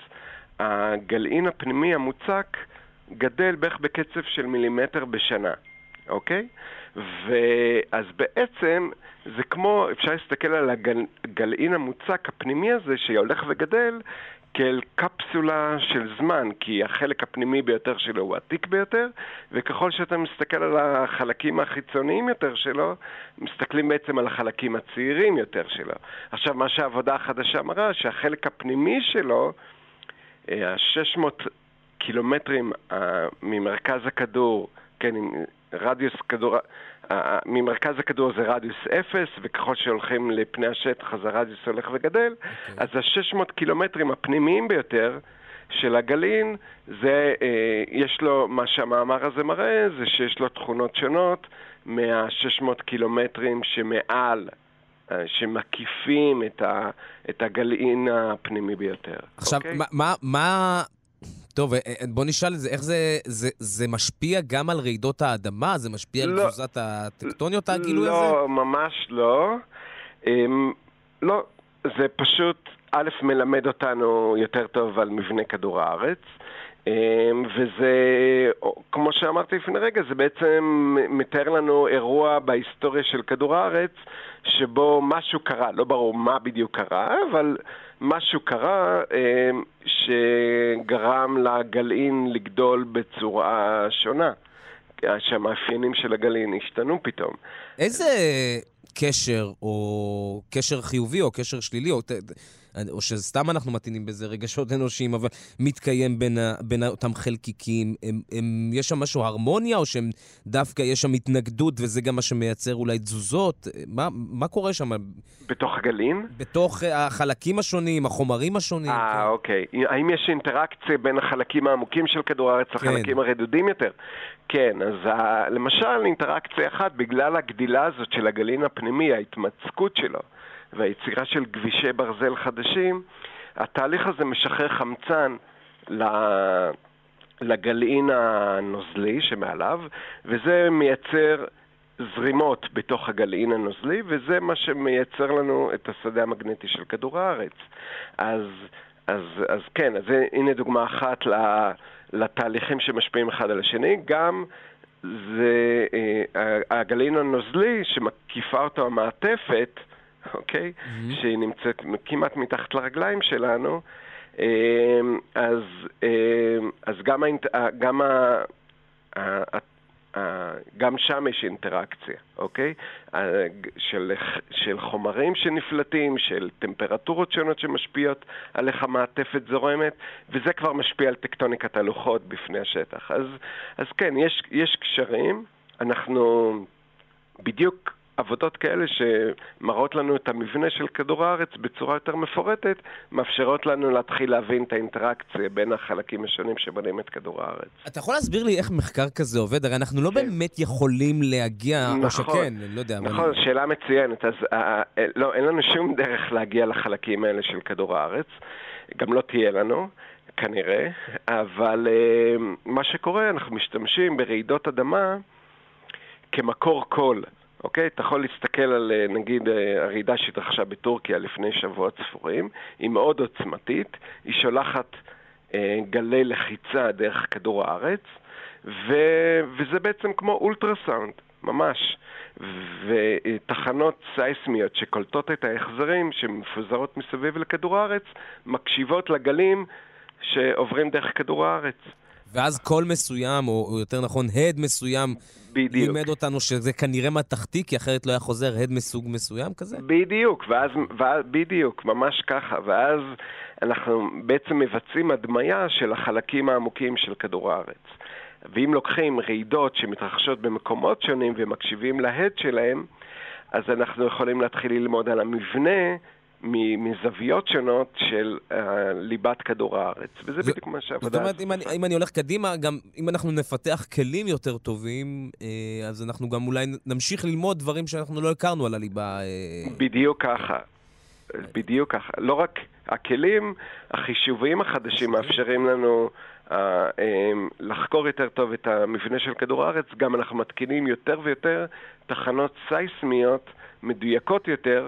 הגלעין הפנימי המוצק גדל בערך בקצב של מילימטר בשנה. אוקיי? Okay? ואז בעצם זה כמו, אפשר להסתכל על הגלעין המוצק הפנימי הזה שהולך וגדל, כאל קפסולה של זמן, כי החלק הפנימי ביותר שלו הוא עתיק ביותר, וככל שאתה מסתכל על החלקים החיצוניים יותר שלו, מסתכלים בעצם על החלקים הצעירים יותר שלו. עכשיו, מה שהעבודה החדשה מראה, שהחלק הפנימי שלו, ה-שש מאות קילומטרים ממרכז הכדור, כן, עם רדיוס כדור, ממרכז הכדור זה רדיוס אפס, וככל שהולכים לפני השטח אז הרדיוס הולך וגדל, okay. אז ה-שש מאות קילומטרים הפנימיים ביותר של הגלעין, זה, אה, יש לו, מה שהמאמר הזה מראה, זה שיש לו תכונות שונות מה-שש מאות קילומטרים שמעל, אה, שמקיפים את, ה, את הגלעין הפנימי ביותר. עכשיו, okay? מה, מה, מה... טוב, בוא נשאל את זה, איך זה, זה, זה משפיע גם על רעידות האדמה? זה משפיע לא, על תזוזת הטקטוניות, הגילוי לא, הזה? לא, ממש לא. Um, לא, זה פשוט, א', מלמד אותנו יותר טוב על מבנה כדור הארץ, um, וזה, כמו שאמרתי לפני רגע, זה בעצם מתאר לנו אירוע בהיסטוריה של כדור הארץ, שבו משהו קרה, לא ברור מה בדיוק קרה, אבל משהו קרה שגרם לגלעין לגדול בצורה שונה, שהמאפיינים של הגלעין השתנו פתאום. איזה קשר, או קשר חיובי או קשר שלילי, או, או שסתם אנחנו מתאינים בזה רגשות אנושיים, אבל מתקיים בין, בין אותם חלקיקים, הם, הם, יש שם משהו הרמוניה, או שהם דווקא יש שם התנגדות, וזה גם מה שמייצר אולי תזוזות? מה, מה קורה שם? בתוך הגלעין? בתוך החלקים השונים, החומרים השונים. אה, כן. אוקיי. האם יש אינטראקציה בין החלקים העמוקים של כדור הארץ לחלקים כן. הרדודים יותר? כן, אז ה, למשל אינטראקציה אחת, בגלל הגדילה הזאת של הגלעין הפנימי, ההתמצקות שלו, והיצירה של גבישי ברזל חדשים, התהליך הזה משחרר חמצן לגלעין הנוזלי שמעליו, וזה מייצר זרימות בתוך הגלעין הנוזלי, וזה מה שמייצר לנו את השדה המגנטי של כדור הארץ. אז, אז, אז כן, אז הנה דוגמה אחת לתהליכים שמשפיעים אחד על השני. גם זה הגלעין הנוזלי שמקיפה אותו המעטפת, אוקיי? Mm-hmm. שהיא נמצאת כמעט מתחת לרגליים שלנו, אז, אז גם, גם, גם שם יש אינטראקציה, אוקיי? של, של חומרים שנפלטים, של טמפרטורות שונות שמשפיעות על איך המעטפת זורמת, וזה כבר משפיע על טקטוניקת הלוחות בפני השטח. אז, אז כן, יש, יש קשרים, אנחנו בדיוק עבודות כאלה שמראות לנו את המבנה של כדור הארץ בצורה יותר מפורטת, מאפשרות לנו להתחיל להבין את האינטראקציה בין החלקים השונים שבונים את כדור הארץ. אתה יכול להסביר לי איך מחקר כזה עובד? הרי אנחנו לא באמת יכולים להגיע, או שכן, אני לא יודע. נכון, שאלה מצוינת. אז לא, אין לנו שום דרך להגיע לחלקים האלה של כדור הארץ. גם לא תהיה לנו, כנראה. אבל מה שקורה, אנחנו משתמשים ברעידות אדמה כמקור קול. אוקיי? אתה יכול להסתכל על, נגיד, הרעידה שהתרחשה בטורקיה לפני שבועות ספורים, היא מאוד עוצמתית, היא שולחת אה, גלי לחיצה דרך כדור הארץ, ו... וזה בעצם כמו אולטרסאונד, ממש. ותחנות סייסמיות שקולטות את ההחזרים שמפוזרות מסביב לכדור הארץ, מקשיבות לגלים שעוברים דרך כדור הארץ. ואז קול מסוים, או יותר נכון, הד מסוים, בדיוק. לימד אותנו שזה כנראה מתחתי, כי אחרת לא היה חוזר הד מסוג מסוים כזה? בדיוק, ואז, ואז, בדיוק, ממש ככה. ואז אנחנו בעצם מבצעים הדמיה של החלקים העמוקים של כדור הארץ. ואם לוקחים רעידות שמתרחשות במקומות שונים ומקשיבים להד שלהם, אז אנחנו יכולים להתחיל ללמוד על המבנה מזוויות שונות של uh, ליבת כדור הארץ. וזה ו... בדיוק מה שעבודה... זאת אומרת, אם אני, אם אני הולך קדימה, גם אם אנחנו נפתח כלים יותר טובים, אה, אז אנחנו גם אולי נמשיך ללמוד דברים שאנחנו לא הכרנו על הליבה. אה... בדיוק ככה. בדיוק ככה. לא רק הכלים, החישובים החדשים מאפשרים לנו uh, uh, לחקור יותר טוב את המבנה של כדור הארץ, גם אנחנו מתקינים יותר ויותר תחנות סייסמיות מדויקות יותר,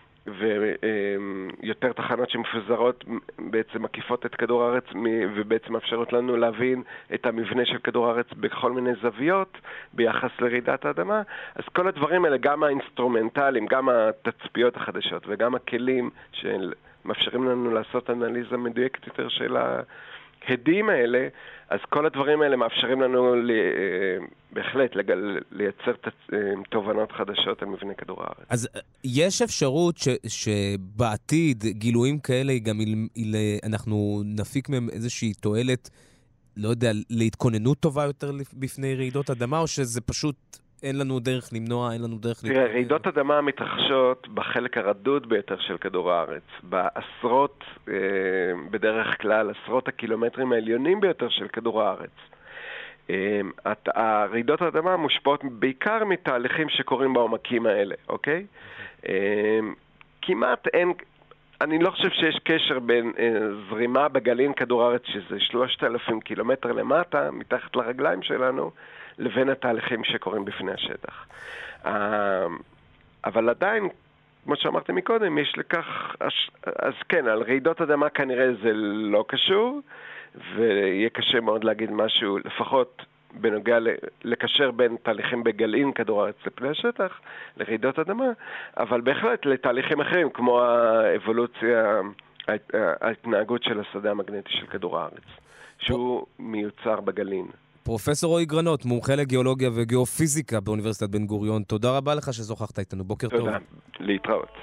ויותר תחנות שמפוזרות בעצם מקיפות את כדור הארץ ובעצם מאפשרות לנו להבין את המבנה של כדור הארץ בכל מיני זוויות ביחס לרעידת האדמה. אז כל הדברים האלה, גם האינסטרומנטליים, גם התצפיות החדשות וגם הכלים שמאפשרים לנו לעשות אנליזה מדויקת יותר של ההדים האלה, אז כל הדברים האלה מאפשרים לנו בהחלט לייצר תובנות חדשות על מבנה כדור הארץ. אז יש אפשרות ש, שבעתיד גילויים כאלה גם אנחנו נפיק מהם איזושהי תועלת, לא יודע, להתכוננות טובה יותר בפני רעידות אדמה, או שזה פשוט אין לנו דרך למנוע, אין לנו דרך... תראה, רעידות אדמה מתרחשות בחלק הרדוד ביותר של כדור הארץ, בעשרות, בדרך כלל, עשרות הקילומטרים העליונים ביותר של כדור הארץ. הרעידות האדמה מושפעות בעיקר מתהליכים שקורים בעומקים האלה, אוקיי? כמעט אין... אני לא חושב שיש קשר בין זרימה בגלין כדור הארץ, שזה שלושת אלפים קילומטר למטה, מתחת לרגליים שלנו, לבין התהליכים שקורים בפני השטח. אבל עדיין, כמו שאמרתי מקודם, יש לכך, אז כן, על רעידות אדמה כנראה זה לא קשור, ויהיה קשה מאוד להגיד משהו, לפחות בנוגע לקשר בין תהליכים בגלעין כדור הארץ לפני השטח, לרעידות אדמה, אבל בהחלט לתהליכים אחרים, כמו האבולוציה, ההתנהגות של השדה המגנטי של כדור הארץ, שהוא מיוצר בגלעין. פרופסור רועי גרנות, מומחה לגיאולוגיה וגיאופיזיקה באוניברסיטת בן גוריון, תודה רבה לך שזוכחת איתנו. בוקר טוב. תודה, להתראות.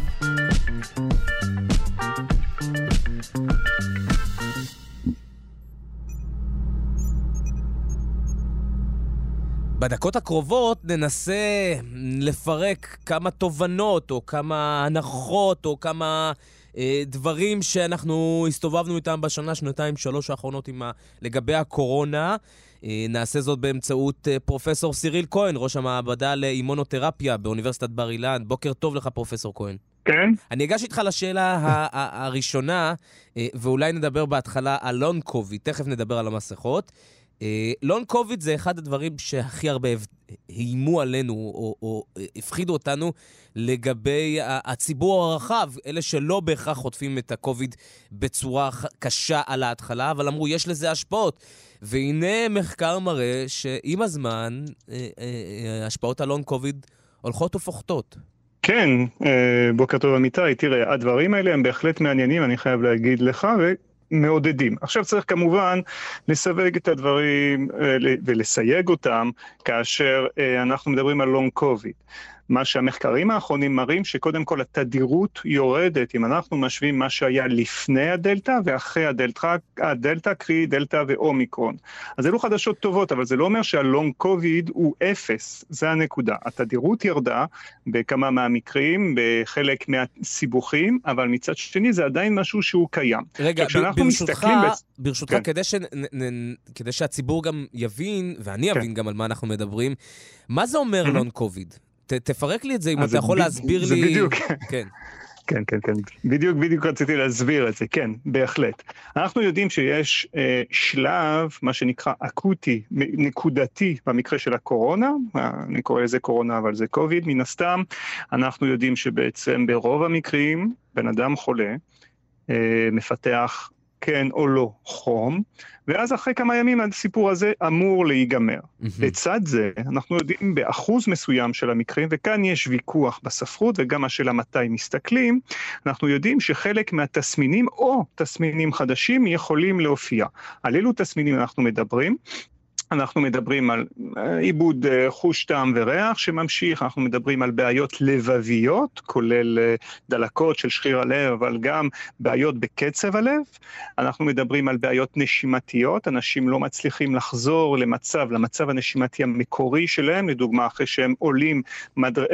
בדקות הקרובות ננסה לפרק כמה תובנות או כמה הנחות או כמה אה, דברים שאנחנו הסתובבנו איתם בשנה, שנתיים, שלוש האחרונות עם ה... לגבי הקורונה. אה, נעשה זאת באמצעות אה, פרופסור סיריל כהן, ראש המעבדה לאימונותרפיה באוניברסיטת בר אילן. בוקר טוב לך, פרופסור כהן. כן. אני אגש איתך לשאלה הראשונה, אה, ואולי נדבר בהתחלה על לונג קוביד, תכף נדבר על המסכות. לונג קוביד זה אחד הדברים שהכי הרבה הימו עלינו או, או הפחידו אותנו לגבי הציבור הרחב, אלה שלא בהכרח חוטפים את הקוביד בצורה קשה על ההתחלה, אבל אמרו יש לזה השפעות. והנה מחקר מראה שעם הזמן השפעות הלונג קוביד הולכות ופוחתות. כן, בוקר טוב אמיתי, תראה, הדברים האלה הם בהחלט מעניינים, אני חייב להגיד לך, ו... מעודדים. עכשיו צריך כמובן לסווג את הדברים ולסייג אותם כאשר אנחנו מדברים על לונג קוביד. מה שהמחקרים האחרונים מראים שקודם כל התדירות יורדת, אם אנחנו משווים מה שהיה לפני הדלטה ואחרי הדלטה, הדלטה קרי דלטה ואומיקרון. אז אלו חדשות טובות, אבל זה לא אומר שהלונג קוביד הוא אפס, זה הנקודה. התדירות ירדה בכמה מהמקרים, בחלק מהסיבוכים, אבל מצד שני זה עדיין משהו שהוא קיים. רגע, ברשותך, ברשותך כן. כדי, ש... כדי שהציבור גם יבין, ואני אבין כן. גם על מה אנחנו מדברים, מה זה אומר לונג קוביד? ת, תפרק לי את זה, אם אתה יכול ב... להסביר זה לי... זה בדיוק. כן. כן, כן, כן. בדיוק, בדיוק רציתי להסביר את זה. כן, בהחלט. אנחנו יודעים שיש אה, שלב, מה שנקרא אקוטי, נקודתי, במקרה של הקורונה, אני קורא לזה קורונה, אבל זה קוביד, מן הסתם. אנחנו יודעים שבעצם ברוב המקרים, בן אדם חולה, אה, מפתח כן או לא חום, ואז אחרי כמה ימים הסיפור הזה אמור להיגמר. Mm-hmm. לצד זה, אנחנו יודעים באחוז מסוים של המקרים, וכאן יש ויכוח בספרות, וגם השאלה מתי מסתכלים, אנחנו יודעים שחלק מהתסמינים או תסמינים חדשים יכולים להופיע. על אילו תסמינים אנחנו מדברים? אנחנו מדברים על עיבוד חוש טעם וריח שממשיך, אנחנו מדברים על בעיות לבביות, כולל דלקות של שריר הלב, אבל גם בעיות בקצב הלב, אנחנו מדברים על בעיות נשימתיות, אנשים לא מצליחים לחזור למצב, למצב הנשימתי המקורי שלהם, לדוגמה אחרי שהם עולים מדר...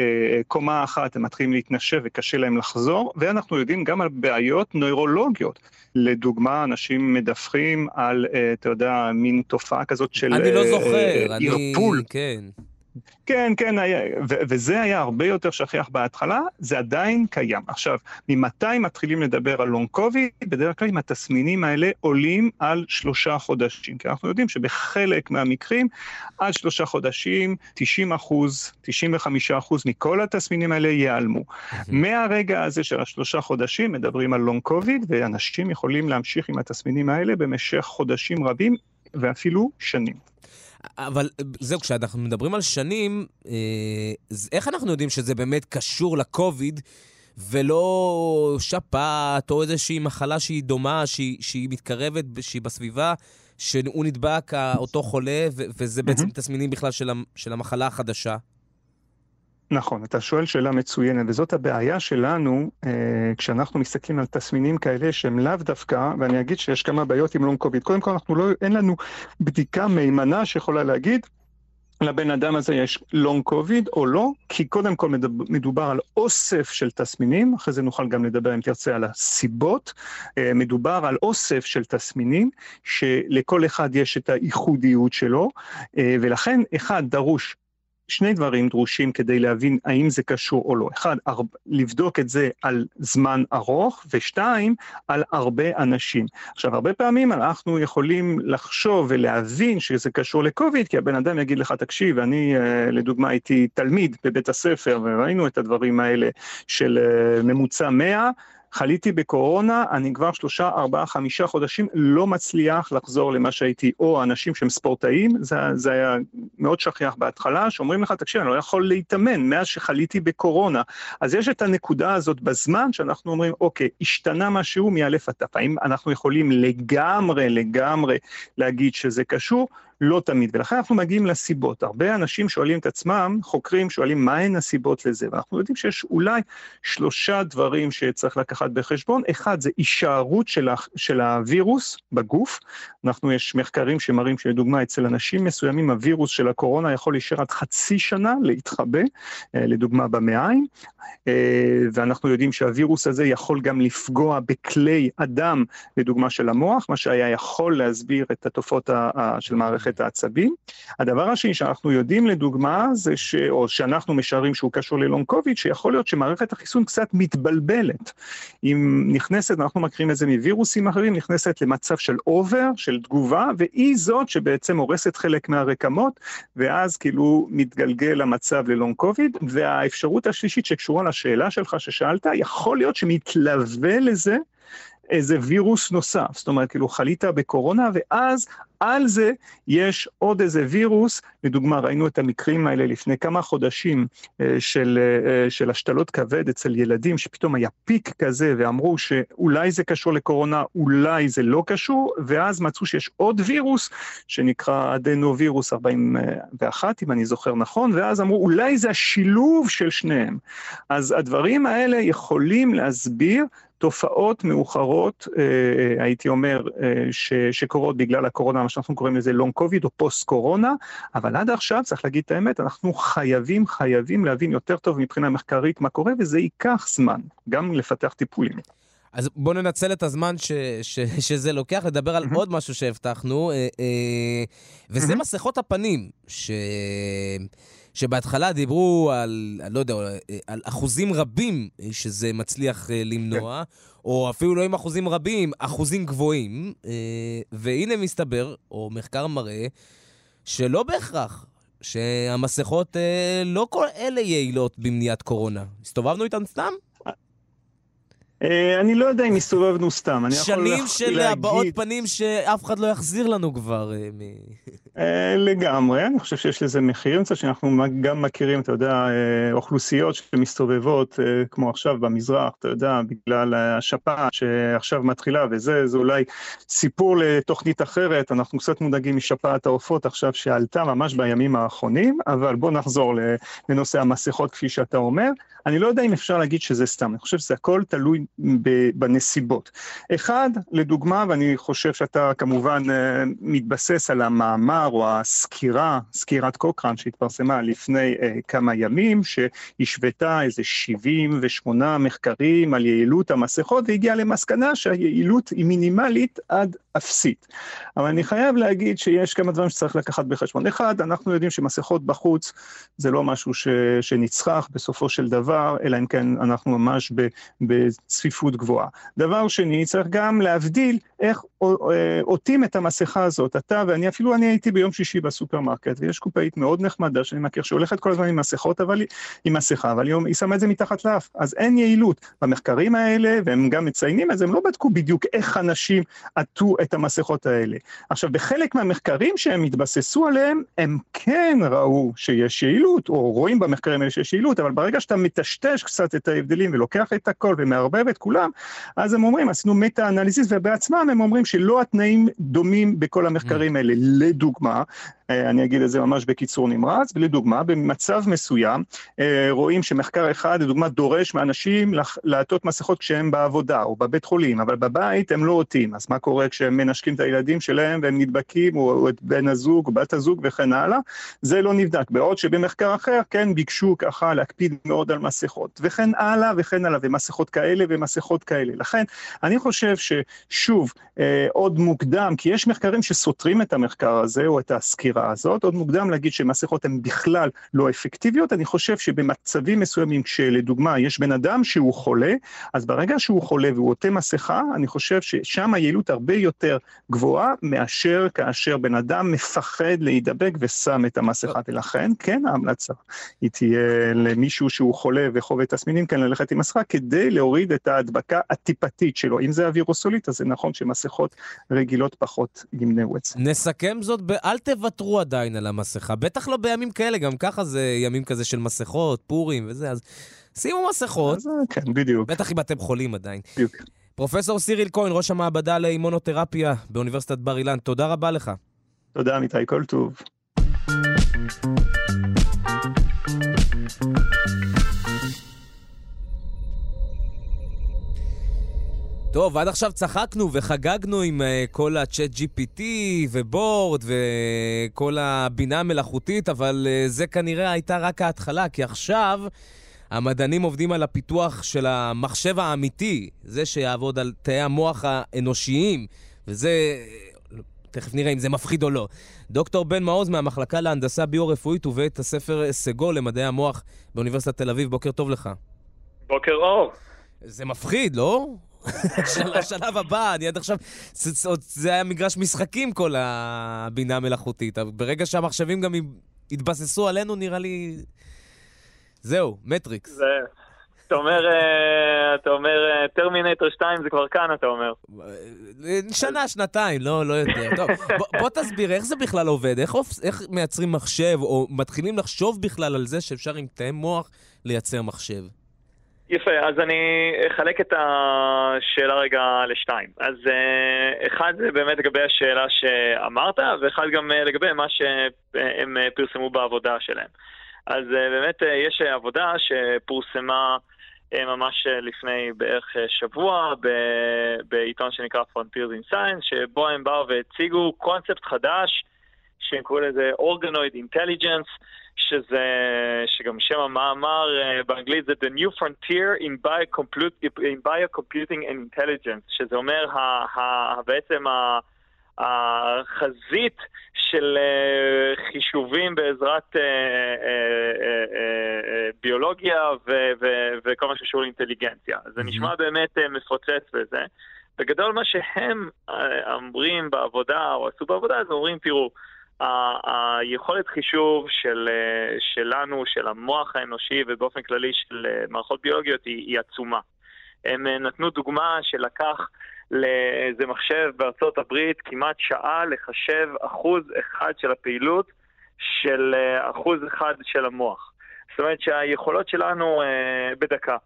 קומה אחת, הם מתחילים להתנשב וקשה להם לחזור, ואנחנו יודעים גם על בעיות נוירולוגיות, לדוגמה, אנשים מדווחים על, אתה יודע, מין תופעה כזאת של אני לא זוכר, ערפול. אני, כן. כן, כן, היה, ו- וזה היה הרבה יותר שכיח בהתחלה, זה עדיין קיים. עכשיו, ממתי מתחילים לדבר על לונג קוביד? בדרך כלל עם התסמינים האלה עולים על שלושה חודשים, כי אנחנו יודעים שבחלק מהמקרים, עד שלושה חודשים, תשעים אחוז, תשעים וחמישה אחוז מכל התסמינים האלה ייעלמו. מהרגע הזה של השלושה חודשים, מדברים על לונג קוביד, ואנשים יכולים להמשיך עם התסמינים האלה במשך חודשים רבים, ואפילו שנים. אבל זהו, כשאנחנו מדברים על שנים, איך אנחנו יודעים שזה באמת קשור לקוביד, ולא שפעת או איזושהי מחלה שהיא דומה, שהיא, שהיא מתקרבת, שהיא בסביבה, שהוא נדבק אותו חולה, וזה בעצם תסמינים בכלל של, של המחלה החדשה? נכון, אתה שואל שאלה מצוינת, וזאת הבעיה שלנו, אה, כשאנחנו מסתכלים על תסמינים כאלה שהם לאו דווקא, ואני אגיד שיש כמה בעיות עם לונג קוביד. קודם כל, אנחנו לא, אין לנו בדיקה מהימנה שיכולה להגיד, לבן אדם הזה יש לונג קוביד או לא, כי קודם כל מדובר על אוסף של תסמינים, אחרי זה נוכל גם לדבר אם תרצה על הסיבות, מדובר על אוסף של תסמינים, שלכל אחד יש את הייחודיות שלו, ולכן אחד דרוש, שני דברים דרושים כדי להבין האם זה קשור או לא. אחד, לבדוק את זה על זמן ארוך, ושתיים, על הרבה אנשים. עכשיו, הרבה פעמים אנחנו יכולים לחשוב ולהבין שזה קשור לקוביד, כי הבן אדם יגיד לך, תקשיב, אני לדוגמה הייתי תלמיד בבית הספר, וראינו את הדברים האלה של ממוצע מאה, חליתי בקורונה, אני כבר שלושה, ארבעה, חמישה חודשים לא מצליח לחזור למה שהייתי, או אנשים שהם ספורטאים, זה, זה היה מאוד שכיח בהתחלה, שאומרים לך, תקשיב, אני לא יכול להתאמן מאז שחליתי בקורונה. אז יש את הנקודה הזאת בזמן שאנחנו אומרים, אוקיי, השתנה משהו מאלף עד תף, האם אנחנו יכולים לגמרי, לגמרי להגיד שזה קשור? לא תמיד, ולכן אנחנו מגיעים לסיבות. הרבה אנשים שואלים את עצמם, חוקרים שואלים מהן הסיבות לזה, ואנחנו יודעים שיש אולי שלושה דברים שצריך לקחת בחשבון. אחד זה הישארות של, של הווירוס בגוף, אנחנו יש מחקרים שמראים שלדוגמה אצל אנשים מסוימים הווירוס של הקורונה יכול להישאר עד חצי שנה להתחבא, לדוגמה במעיים, ואנחנו יודעים שהווירוס הזה יכול גם לפגוע בכלי אדם, לדוגמה של המוח, מה שהיה יכול להסביר את התופעות של מערכת העצבים. הדבר השני שאנחנו יודעים לדוגמה, זה ש... או שאנחנו משערים שהוא קשור ללונג קוביד, שיכול להיות שמערכת החיסון קצת מתבלבלת. אם נכנסת, אנחנו מכירים את זה מווירוסים אחרים, נכנסת למצב של אובר, של תגובה, והיא זאת שבעצם הורסת חלק מהרקמות, ואז כאילו מתגלגל המצב ללונג קוביד, והאפשרות השלישית שקשורה לשאלה שלך ששאלת, יכול להיות שמתלווה לזה איזה וירוס נוסף, זאת אומרת, כאילו חלית בקורונה, ואז על זה יש עוד איזה וירוס, לדוגמה ראינו את המקרים האלה לפני כמה חודשים של, של השתלות כבד אצל ילדים, שפתאום היה פיק כזה ואמרו שאולי זה קשור לקורונה, אולי זה לא קשור, ואז מצאו שיש עוד וירוס שנקרא אדנווירוס ארבעים ואחת, אם אני זוכר נכון, ואז אמרו אולי זה השילוב של שניהם. אז הדברים האלה יכולים להסביר תופעות מאוחרות, אה, הייתי אומר, אה, ש, שקורות בגלל הקורונה, מה שאנחנו קוראים לזה לונג קוביד או פוסט קורונה, אבל עד עכשיו צריך להגיד את האמת, אנחנו חייבים, חייבים להבין יותר טוב מבחינה מחקרית מה קורה, וזה ייקח זמן, גם לפתח טיפולים. אז בואו ננצל את הזמן ש, ש, שזה לוקח, לדבר על mm-hmm. עוד משהו שהבטחנו, אה, אה, וזה mm-hmm. מסכות הפנים, ש... שבהתחלה דיברו על, לא יודע, על אחוזים רבים שזה מצליח למנוע, או אפילו לא עם אחוזים רבים, אחוזים גבוהים, והנה מסתבר, או מחקר מראה, שלא בהכרח, שהמסכות לא כל אלה יעילות במניעת קורונה. הסתובבנו איתן סתם? אני לא יודע אם הסתובבנו סתם. שנים של הבעות פנים שאף אחד לא יחזיר לנו כבר. לגמרי, אני חושב שיש לזה מחיר, מצד שאנחנו גם מכירים, אתה יודע, אוכלוסיות שמסתובבות, כמו עכשיו במזרח, אתה יודע, בגלל השפעת שעכשיו מתחילה, וזה זה אולי סיפור לתוכנית אחרת, אנחנו קצת מודאגים משפעת העופות עכשיו שעלתה ממש בימים האחרונים, אבל בוא נחזור לנושא המסכות כפי שאתה אומר. אני לא יודע אם אפשר להגיד שזה סתם, אני חושב שזה הכל תלוי בנסיבות. אחד, לדוגמה, ואני חושב שאתה כמובן מתבסס על המאמר או הסקירה, סקירת קוקרן שהתפרסמה לפני כמה ימים, שהשוותה איזה שבעים ושמונה מחקרים על יעילות המסכות, והגיעה למסקנה שהיעילות היא מינימלית עד אפסית. אבל אני חייב להגיד שיש כמה דברים שצריך לקחת בחשבון. אחד, אנחנו יודעים שמסכות בחוץ זה לא משהו ש, שנצרך בסופו של דבר, אלא אם כן אנחנו ממש בצפיפות גבוהה. דבר שני, צריך גם להבדיל איך עוטים את המסכה הזאת. אתה ואני, אפילו אני הייתי ביום שישי בסופרמרקט, ויש קופאית מאוד נחמדה שאני מכיר, שהולכת כל הזמן עם מסכות, אבל עם מסכה, אבל היא שמה את זה מתחת לאף. אז אין יעילות. במחקרים האלה, והם גם מציינים את זה, הם לא בדקו בדיוק איך אנשים עטו את המסכות האלה. עכשיו, בחלק מהמחקרים שהם התבססו עליהם, הם כן ראו שיש יעילות, או רואים במחקרים האלה שיש יעילות, אבל ברגע שאתה מטשטש קצת את ההבדלים, ולוקח את הכל ומערבב את כולם, אז הם אומרים, עשינו מטה-אנליזיס, ובעצמם הם אומרים שלא התנאים דומים בכל המחקרים האלה. לדוגמה, אני אגיד את זה ממש בקיצור נמרץ, ולדוגמה, במצב מסוים, רואים שמחקר אחד, לדוגמה, דורש מאנשים לעטות מסכות כשהם בעבודה, או בבית חולים, אבל בבית הם לא עוטים. אז מה קורה כשהם מנשקים את הילדים שלהם, והם נדבקים, או את בן הזוג, או בת הזוג, וכן הלאה? זה לא נבדק. בעוד שבמחקר אחר, כן, ביקשו ככה להקפיד מאוד על מסכות, וכן הלאה, וכן הלאה, ומסכות כאלה, ומסכות כאלה. לכן, אני חושב ששוב, עוד מוקדם, כי יש מחקרים שסותרים את המחקר הזה, או את הסקירה הזאת, עוד מוקדם להגיד שמסכות הן בכלל לא אפקטיביות. אני חושב שבמצבים מסוימים, כשלדוגמה יש בן אדם שהוא חולה, אז ברגע שהוא חולה והוא עוטה מסכה, אני חושב ששם היעילות הרבה יותר גבוהה, מאשר כאשר בן אדם מפחד להידבק ושם את המסכה. ולכן, כן, ההמלצה היא תהיה למישהו שהוא חולה וחווה תסמינים, כן, ללכת עם מסכה, כדי להוריד את ההדבקה הטיפתית שלו. אם זה אווירוסולית, אז זה נכון שמסכות רגילות פחות ימנעו את זה. נסכם זאת, אל תוותרו עדיין על המסכה, בטח לא בימים כאלה, גם ככה זה ימים כזה של מסכות, פורים וזה, אז שימו מסכות. אז, כן, בדיוק. בטח אם אתם חולים עדיין. בדיוק. פרופסור סיריל כהן, ראש המעבדה לאימונותרפיה באוניברסיטת בר אילן, תודה רבה לך. תודה, עמיתי, כל טוב. טוב, עד עכשיו צחקנו וחגגנו עם uh, כל ה-צ'אט ג'י פי טי ובורד וכל הבינה המלאכותית, אבל uh, זה כנראה הייתה רק ההתחלה, כי עכשיו המדענים עובדים על הפיתוח של המחשב האמיתי, זה שיעבוד על תאי המוח האנושיים, וזה, תכף נראה אם זה מפחיד או לא. דוקטור בן מעוז מהמחלקה להנדסה ביו-רפואית ובית הספר סגול למדעי המוח באוניברסיטת תל אביב, בוקר טוב לך. בוקר אור. זה מפחיד, לא? השלב הבא, אני עד עכשיו, זה היה מגרש משחקים כל הבינה המלאכותית. ברגע שהמחשבים גם התבססו עלינו, נראה לי, זהו, מטריקס. זה, אתה אומר, אתה אומר, טרמינטור שתיים זה כבר כאן, אתה אומר. שנה, שנתיים, לא, לא יותר. טוב, בוא תסביר, איך זה בכלל עובד? איך מייצרים מחשב, או מתחילים לחשוב בכלל על זה שאפשר עם תאי מוח לייצר מחשב? יפה, אז אני אחלק את השאלה רגע לשתיים. אז אחד זה באמת לגבי השאלה שאמרת, ואחד גם לגבי מה שהם פרסמו בעבודה שלהם. אז באמת יש עבודה שפורסמה ממש לפני בערך שבוע בעיתון שנקרא Frontiers in Science, שבו הם באו והציגו קונספט חדש שהם קוראים לזה Organoid Intelligence, שזה, שגם שם המאמר באנגלית זה The New Frontier in Biocomputing and Intelligence, שזה אומר ה, ה, בעצם ה, החזית של חישובים בעזרת ביולוגיה ו, ו, וכל מה שקשור לאינטליגנציה. זה נשמע באמת מפוצץ בזה. בגדול מה שהם אומרים בעבודה, או עשו בעבודה, אז אומרים, תראו, היכולת חישוב של, שלנו, של המוח האנושי ובאופן כללי של מערכות ביולוגיות היא, היא עצומה. הם נתנו דוגמה שלקח לאיזה מחשב בארצות הברית כמעט שעה לחשב אחוז אחד של הפעילות של אחוז אחד של המוח. זאת אומרת שהיכולות שלנו בדקה,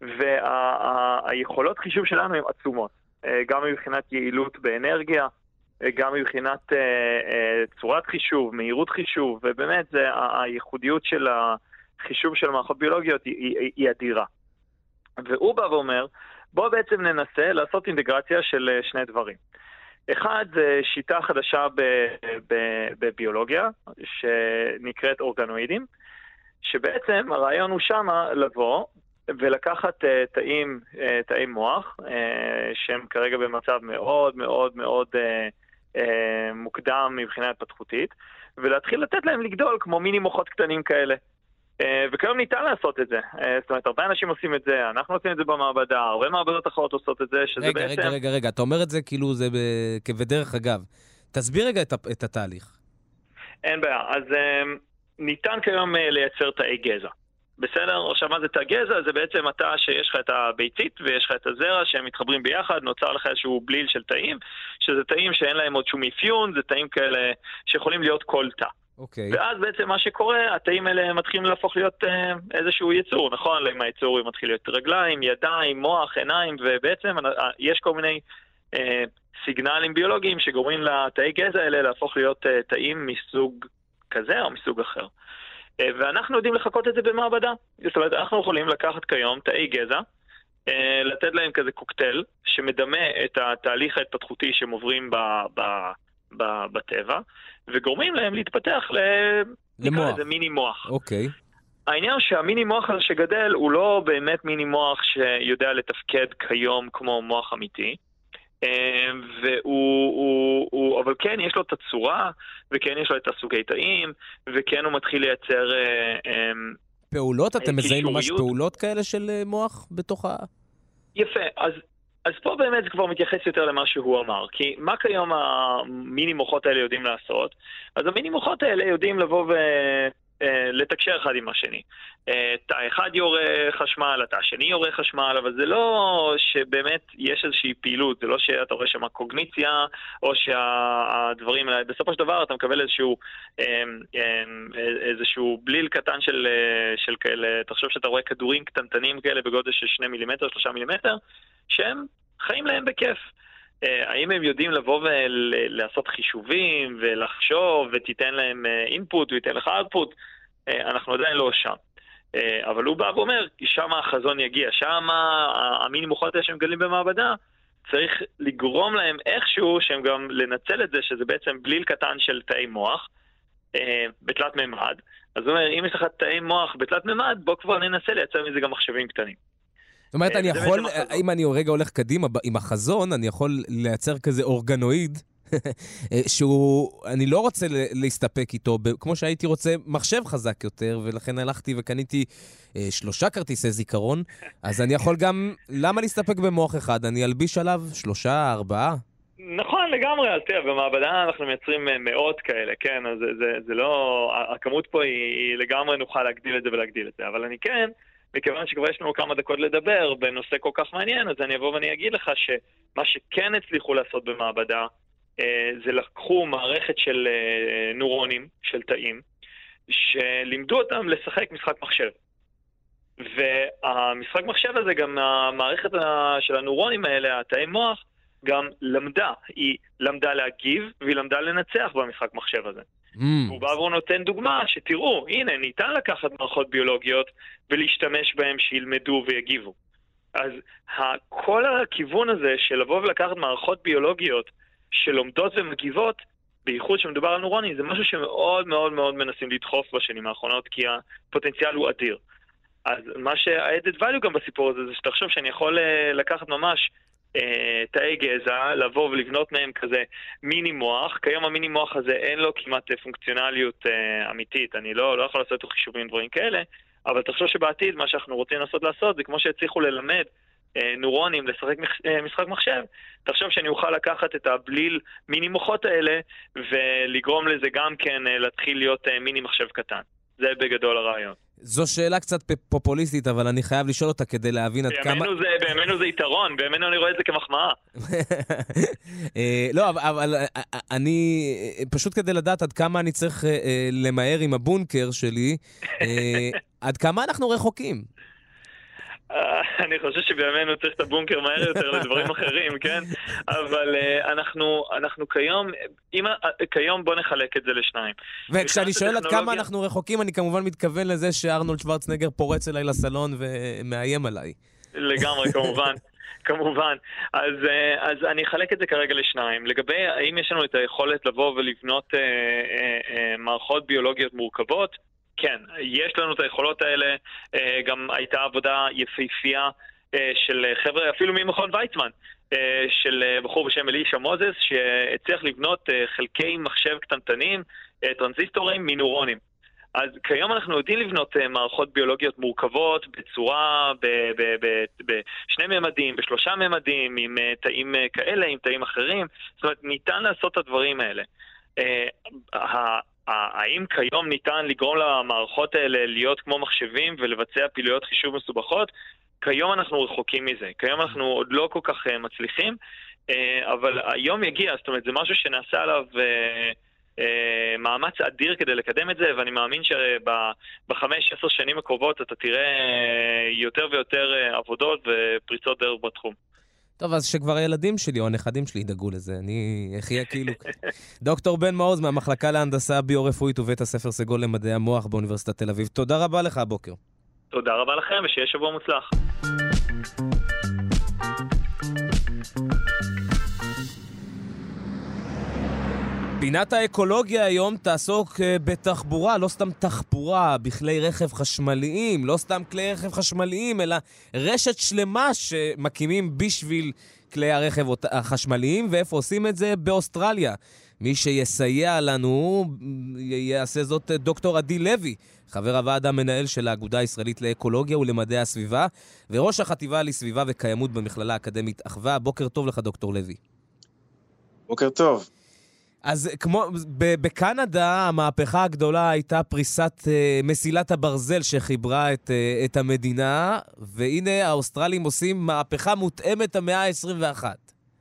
והיכולות חישוב שלנו הן עצומות, גם מבחינת יעילות באנרגיה, גם מבחינת אה, אה, צורת חישוב, מהירות חישוב, ובאמת זה, הייחודיות של החישוב של מערכות ביולוגיות היא, היא, היא אדירה. והוא בא ואומר, בוא בעצם ננסה לעשות אינטגרציה של שני דברים. אחד זה שיטה חדשה ב, ב, בביולוגיה, שנקראת אורגנואידים, שבעצם הרעיון הוא שמה לבוא ולקחת uh, תאים, uh, תאי מוח, uh, שהם כרגע במצב מאוד מאוד מאוד uh, uh, מוקדם מבחינה התפתחותית, ולהתחיל לתת להם לגדול כמו מיני מוחות קטנים כאלה. Uh, וכיום ניתן לעשות את זה. Uh, זאת אומרת, הרבה אנשים עושים את זה, אנחנו עושים את זה במעבדה, הרבה מעבדות אחרות עושות את זה, שזה רגע, בעצם... רגע, רגע, רגע, אתה אומר את זה כאילו זה כבדרך אגב. תסביר רגע את, את התהליך. אין בעיה. אז uh, ניתן כיום uh, לייצר תאי גזע. בסדר? עכשיו מה זה תא גזע? זה בעצם אתה שיש לך את הביצית ויש לך את הזרע שהם מתחברים ביחד, נוצר לך איזשהו בליל של תאים, שזה תאים שאין להם עוד שום אפיון, זה תאים כאלה שיכולים להיות כל תא. אוקיי. ואז בעצם מה שקורה, התאים האלה מתחילים להפוך להיות אה, איזשהו יצור, נכון? עם היצור הוא מתחיל להיות רגליים, ידיים, מוח, עיניים, ובעצם יש כל מיני אה, סיגנלים ביולוגיים שגורמים לתאי גזע האלה להפוך להיות אה, תאים מסוג כזה או מסוג אחר. ואנחנו יודעים לחכות את זה במעבדה. זאת אומרת, אנחנו יכולים לקחת כיום תאי גזע, לתת להם כזה קוקטייל, שמדמה את התהליך ההתפתחותי שהם עוברים ב, ב, ב, בטבע, וגורמים להם להתפתח למוח. לזה מיני מוח. אוקיי. העניין שהמיני מוח הזה שגדל, הוא לא באמת מיני מוח שיודע לתפקד כיום כמו מוח אמיתי, והוא, הוא, הוא, אבל כן יש לו את הצורה, וכן יש לו את הסוגי תאים, וכן הוא מתחיל לייצר פעולות? אתם מזהים ממש פעולות כאלה של מוח בתוך ה... יפה, אז, אז פה באמת זה כבר מתייחס יותר למה שהוא אמר, כי מה כיום המיני מוחות האלה יודעים לעשות? אז המיני מוחות האלה יודעים לבוא ו... לתקשר אחד עם השני. תא אחד יורה חשמל, התא השני יורה חשמל, אבל זה לא שבאמת יש איזושהי פעילות, זה לא שאתה רואה שמה קוגניציה, או שהדברים, בסופו של דבר אתה מקבל איזשהו איזשהו בליל קטן של, של כאלה, תחשוב שאתה רואה כדורים קטנטנים כאלה בגודל של שני מילימטר, שלושה מילימטר, שהם חיים להם בכיף. האם הם יודעים לבוא ולעשות חישובים ולחשוב ותיתן להם אינפוט וייתן לך אאוטפוט? אנחנו עדיין לא שם. אבל הוא בא ואומר, שם החזון יגיע, שם המיני מוחות האלה שהם גדלים במעבדה, צריך לגרום להם איכשהו שהם גם לנצל את זה, שזה בעצם בליל קטן של תאי מוח בתלת ממד. אז הוא אומר, אם יש לך תאי מוח בתלת ממד, בוא כבר ננסה לייצר מזה גם מחשבים קטנים. זאת אומרת, אני יכול, אם אני רגע הולך קדימה עם החזון, אני יכול לייצר כזה אורגנואיד, שהוא, אני לא רוצה להסתפק איתו, כמו שהייתי רוצה מחשב חזק יותר, ולכן הלכתי וקניתי שלושה כרטיסי זיכרון, אז אני יכול גם, למה להסתפק במוח אחד? אני אלביש עליו שלושה, ארבעה? נכון, לגמרי, אז תראה, במעבדה אנחנו מייצרים מאות כאלה, כן, אז זה, זה, זה לא, הכמות פה היא, היא לגמרי נוכל להגדיל את זה ולהגדיל את זה, אבל אני כן, מכיוון שכבר יש לנו כמה דקות לדבר בנושא כל כך מעניין, אז אני אבוא ואני אגיד לך שמה שכן הצליחו לעשות במעבדה, זה לקחו מערכת של נורונים, של תאים, שלימדו אותם לשחק משחק מחשב. והמשחק מחשב הזה, גם המערכת של הנורונים האלה, התאי מוח, גם למדה. היא למדה להגיב, והיא למדה לנצח במשחק מחשב הזה. Mm. הוא בא והוא נותן דוגמה שתראו, הנה, ניתן לקחת מערכות ביולוגיות ולהשתמש בהם שילמדו ויגיבו. אז כל הכיוון הזה של לבוא ולקחת מערכות ביולוגיות שלומדות ומגיבות, בייחוד שמדובר על נורונים, זה משהו שמאוד מאוד מאוד מנסים לדחוף בשנים האחרונות, כי הפוטנציאל הוא אדיר. אז מה שה-added value גם בסיפור הזה, זה שתחשוב שאני יכול לקחת ממש אה, תאי גזע, לבוא ולבנות מהם כזה מיני מוח. כיום המיני מוח הזה אין לו כמעט פונקציונליות אה, אמיתית, אני לא, לא יכול לעשות את חישובים דברים כאלה, אבל תחשוב שבעתיד מה שאנחנו רוצים לעשות לעשות, זה כמו שהצליחו ללמד נורונים לשחק משחק מחשב, תחשוב שאני אוכל לקחת את הבליל מיני מוחות האלה ולגרום לזה גם כן להתחיל להיות מיני מחשב קטן. זה בגדול הרעיון. זו שאלה קצת פופוליסטית, אבל אני חייב לשאול אותה כדי להבין עד כמה... בימינו זה יתרון, בימינו אני רואה את זה כמחמאה. לא, אבל אני, פשוט כדי לדעת עד כמה אני צריך למהר עם הבונקר שלי, עד כמה אנחנו רחוקים? אני חושב שבימינו צריך את הבונקר מהר יותר לדברים אחרים, כן? אבל אנחנו, אנחנו כיום, כיום בוא נחלק את זה לשניים. וכשאני שואל עד כמה אנחנו רחוקים, אני כמובן מתכוון לזה שארנולד שוורצנגר פורץ אליי לסלון ומאיים עליי. לגמרי, כמובן. כמובן. אז, אז אני אחלק את זה כרגע לשניים. לגבי האם יש לנו את היכולת לבוא ולבנות אה, אה, אה, מערכות ביולוגיות מורכבות, כן, יש לנו את היכולות האלה, גם הייתה עבודה יפהפייה של חבר'ה, אפילו ממכון ויצמן, של בחור בשם אלישע מוזס, שהצליח לבנות חלקי מחשב קטנטנים, טרנזיסטורים מנורונים. אז כיום אנחנו יודעים לבנות מערכות ביולוגיות מורכבות בצורה, בשני ממדים, בשלושה ממדים, עם תאים כאלה, עם תאים אחרים. זאת אומרת, ניתן לעשות את הדברים האלה. האם כיום ניתן לגרום למערכות האלה להיות כמו מחשבים ולבצע פעילויות חישוב מסובכות? כיום אנחנו רחוקים מזה. כיום אנחנו עוד לא כל כך מצליחים, אבל היום יגיע, זאת אומרת, זה משהו שנעשה עליו מאמץ אדיר כדי לקדם את זה, ואני מאמין שבחמש עשר שנים הקרובות אתה תראה יותר ויותר עבודות ופריצות דרך בתחום. טוב, אז שכבר הילדים שלי או הנכדים שלי ידאגו לזה, אני אחיה כאילו... דוקטור בן מעוז מהמחלקה להנדסה ביו-רפואית ובית הספר סגול למדעי המוח באוניברסיטת תל אביב. תודה רבה לך הבוקר. תודה רבה לכם ושיהיה שבוע מוצלח. פינת האקולוגיה היום תעסוק בתחבורה, לא סתם תחבורה, בכלי רכב חשמליים, לא סתם כלי רכב חשמליים, אלא רשת שלמה שמקימים בשביל כלי הרכב החשמליים, ואיפה עושים את זה? באוסטרליה. מי שיסייע לנו יעשה זאת דוקטור עדי לוי, חבר הוועד המנהל של האגודה הישראלית לאקולוגיה ולמדעי הסביבה, וראש החטיבה לסביבה וקיימות במכללה האקדמית אחווה. בוקר טוב לך דוקטור לוי. בוקר טוב. אז כמו בקנדה, המהפכה הגדולה הייתה פריסת uh, מסילת הברזל שחיברה את, uh, את המדינה, והנה האוסטרלים עושים מהפכה מותאמת המאה ה-עשרים ואחת.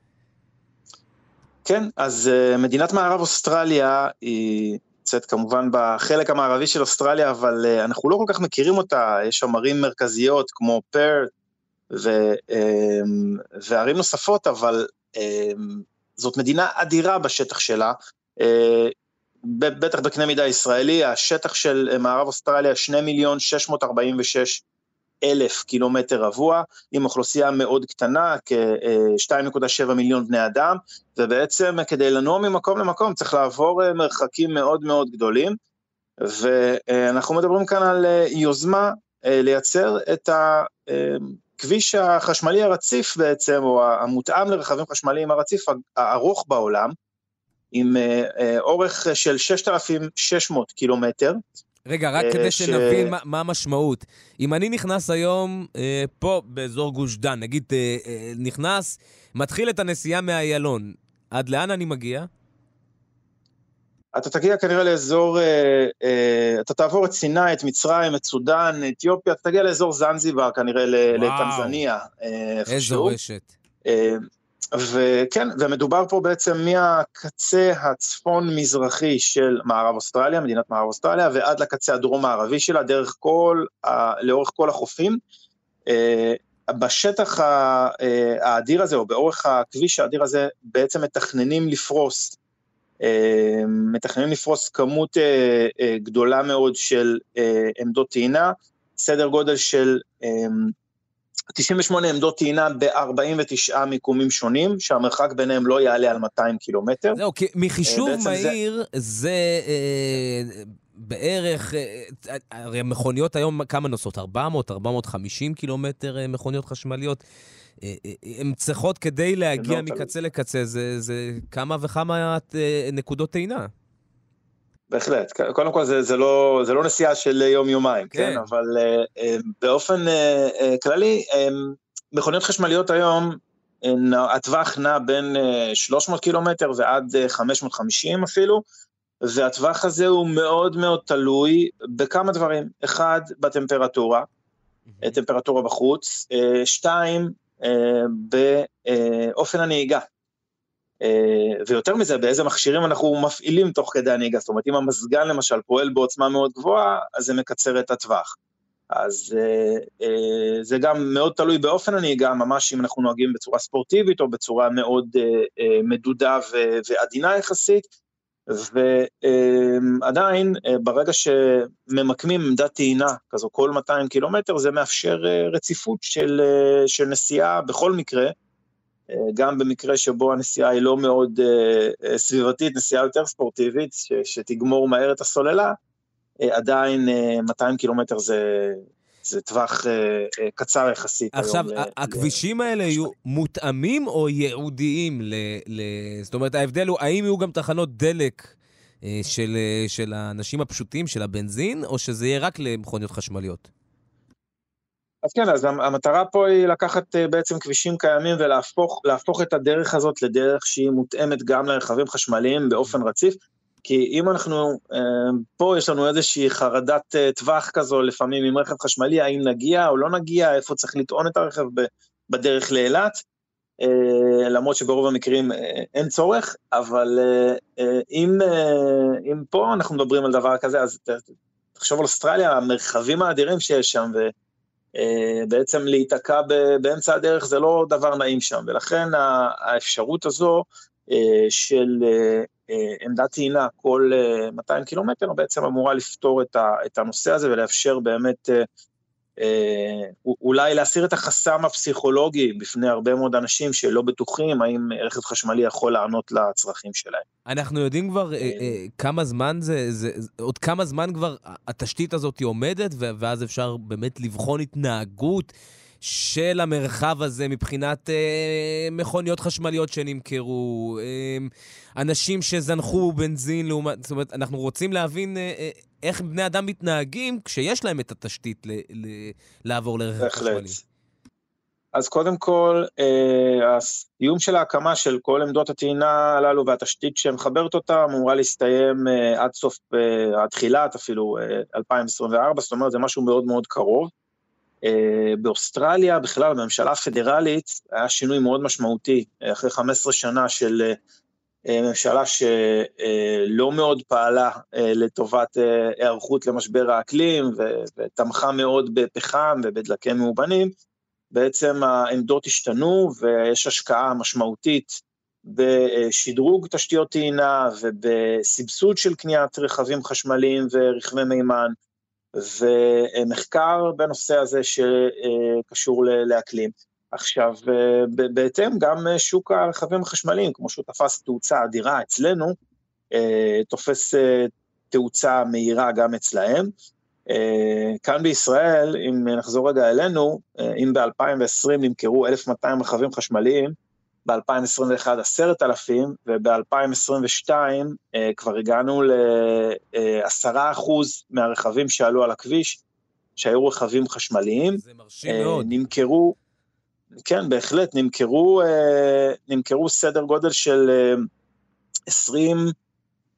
כן, אז uh, מדינת מערב אוסטרליה היא נמצאת כמובן בחלק המערבי של אוסטרליה, אבל uh, אנחנו לא כל כך מכירים אותה. יש שם ערים מרכזיות כמו פרת' ו, uh, וערים נוספות, אבל... Uh, זאת מדינה אדירה בשטח שלה, בטח בקנה מידה ישראלי, השטח של מערב אוסטרליה שני מיליון שש מאות ארבעים ושש אלף קילומטר רבוע, עם אוכלוסייה מאוד קטנה, כ-שתיים נקודה שבע מיליון בני אדם, ובעצם כדי לנוע ממקום למקום צריך לעבור מרחקים מאוד מאוד גדולים, ואנחנו מדברים כאן על יוזמה לייצר את ה... כביש החשמלי הרציף בעצם, או המותאם לרכבים חשמליים הרציף הארוך בעולם, עם אורך של ששת אלפים ושש מאות קילומטר. רגע, רק כדי שנבין מה המשמעות. אם אני נכנס היום פה באזור גוש דן, נגיד נכנס, מתחיל את הנסיעה מהאיילון, עד לאן אני מגיע? אתה תגיע כנראה לאזור, אה, אה, אתה תעבור את סיני, את מצרים, את סודן, אתיופיה, אתה תגיע לאזור זנזיבר כנראה לטנזניה. אה, איזו רשת. אה, וכן, ומדובר פה בעצם מהקצה הצפון-מזרחי של מערב אוסטרליה, מדינת מערב אוסטרליה, ועד לקצה הדרום-מערבי שלה, דרך כל, לאורך כל החופים. בשטח האדיר הזה, או באורך הכביש האדיר הזה, בעצם מתכננים לפרוס, מתכננים לפרוס כמות גדולה מאוד של עמדות טעינה, סדר גודל של תשעים ושמונה עמדות טעינה ב-ארבעים ותשעה מיקומים שונים, שהמרחק ביניהם לא יעלה על מאתיים קילומטר. זהו, כי מחישוב מהיר זה, זה אה, בערך, אה, הרי מכוניות היום כמה נוסעות? ארבע מאות, ארבע מאות וחמישים קילומטר אה, מכוניות חשמליות. אה, אה, הן צריכות כדי להגיע מקצה לקצה, זה, זה כמה וכמה אה, נקודות טעינה. בהחלט, קודם כל זה, זה, לא, זה לא נסיעה של יום-יומיים, כן. כן? אבל uh, uh, באופן uh, uh, כללי, um, מכוניות חשמליות היום, uh, הטווח נע בין uh, שלוש מאות קילומטר ועד uh, חמש מאות וחמישים אפילו, והטווח הזה הוא מאוד מאוד תלוי בכמה דברים. אחד, בטמפרטורה, mm-hmm. טמפרטורה בחוץ, uh, שתיים, uh, באופן הנהיגה. ויותר מזה, באיזה מכשירים אנחנו מפעילים תוך כדי הנהיגה, זאת אומרת, אם המזגן למשל פועל בעוצמה מאוד גבוהה, אז זה מקצר את הטווח. אז זה גם מאוד תלוי באופן הנהיגה, ממש אם אנחנו נוהגים בצורה ספורטיבית, או בצורה מאוד מדודה ועדינה יחסית, ועדיין, ברגע שממקמים עמדת טעינה, כזו כל מאתיים קילומטר, זה מאפשר רציפות של, של נסיעה בכל מקרה, גם במקרה שבו הנסיעה היא לא מאוד uh, סביבתית, נסיעה יותר ספורטיבית, ש, שתגמור מהר את הסוללה, uh, עדיין uh, מאתיים קילומטר זה, זה טווח uh, uh, קצר יחסית. עכשיו, הכבישים ל- האלה ל- יהיו מותאמים או ייעודיים? ל- ל- זאת אומרת, ההבדל הוא, האם יהיו גם תחנות דלק uh, של, uh, של האנשים הפשוטים, של הבנזין, או שזה יהיה רק למכוניות חשמליות? אז כן, אז המטרה פה היא לקחת בעצם כבישים קיימים ולהפוך להפוך את הדרך הזאת לדרך שהיא מותאמת גם לרכבים חשמליים באופן רציף, כי אם אנחנו, פה יש לנו איזושהי חרדת טווח כזו לפעמים עם רכב חשמלי, האם נגיע או לא נגיע, איפה צריך לטעון את הרכב בדרך לאילת, למרות שברוב המקרים אין צורך, אבל אם, אם פה אנחנו מדברים על דבר כזה, אז תחשוב על אוסטרליה, המרחבים האדירים שיש שם, ו בעצם להיתקע באמצע הדרך זה לא דבר נעים שם, ולכן האפשרות הזו של עמדת טעינה כל מאתיים קילומטר בעצם אמורה לפתור את הנושא הזה ולאפשר באמת אולי להסיר את החסם הפסיכולוגי בפני הרבה מאוד אנשים שלא בטוחים האם רכב חשמלי יכול לענות לצרכים שלהם. אנחנו יודעים כבר כמה זמן זה, עוד כמה זמן כבר התשתית הזאת היא עומדת, ואז אפשר באמת לבחון התנהגות של המרחב הזה מבחינת אה, מכוניות חשמליות שנמכרו, אה, אנשים שזנחו בנזין לעומת, זאת אומרת, אנחנו רוצים להבין אה, אה, איך בני אדם מתנהגים כשיש להם את התשתית ל, ל, לעבור לרכב חשמלי. אז קודם כל, אה, הסיום של ההקמה של כל עמדות הטעינה הללו והתשתית שמחברת אותה אמורה להסתיים אה, עד סוף, אה, עד תחילת אפילו אה, אלפיים עשרים וארבע, זאת אומרת, זה משהו מאוד מאוד קרוב. באוסטרליה, בכלל, בממשלה הפדרלית, היה שינוי מאוד משמעותי, אחרי חמש עשרה שנה של ממשלה שלא מאוד פעלה לטובת הערכות למשבר האקלים, ותמכה מאוד בפחם ובדלקי מאובנים, בעצם העמדות השתנו, ויש השקעה משמעותית בשדרוג תשתיות טעינה, ובסבסוד של קניית רכבים חשמליים ורכבי מימן, ומחקר בנושא הזה שקשור לאקלים. עכשיו, בהתאם גם שוק הרכבים החשמליים, כמו שהוא תפס תאוצה אדירה אצלנו, תופס תאוצה מהירה גם אצלהם. כאן בישראל, אם נחזור רגע אלינו, אם ב-אלפיים ועשרים נמכרו אלף ומאתיים רכבים חשמליים, ב-אלפיים עשרים ואחת עשרת אלפים, וב-אלפיים עשרים ושתיים אה, כבר הגענו ל-עשרה אחוז מהרכבים שעלו על הכביש, שהיו רכבים חשמליים. זה מרשים אה, מאוד. נמכרו, כן, בהחלט, נמכרו, אה, נמכרו סדר גודל של אה, עשרים,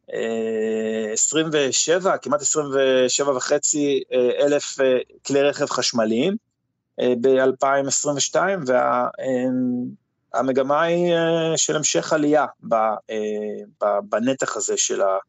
עשרים ושבע, כמעט עשרים ושבע וחצי אלף כלי רכב חשמליים ב-אלפיים עשרים ושתיים, והמגמה היא של המשך עלייה בנתח הזה של ה...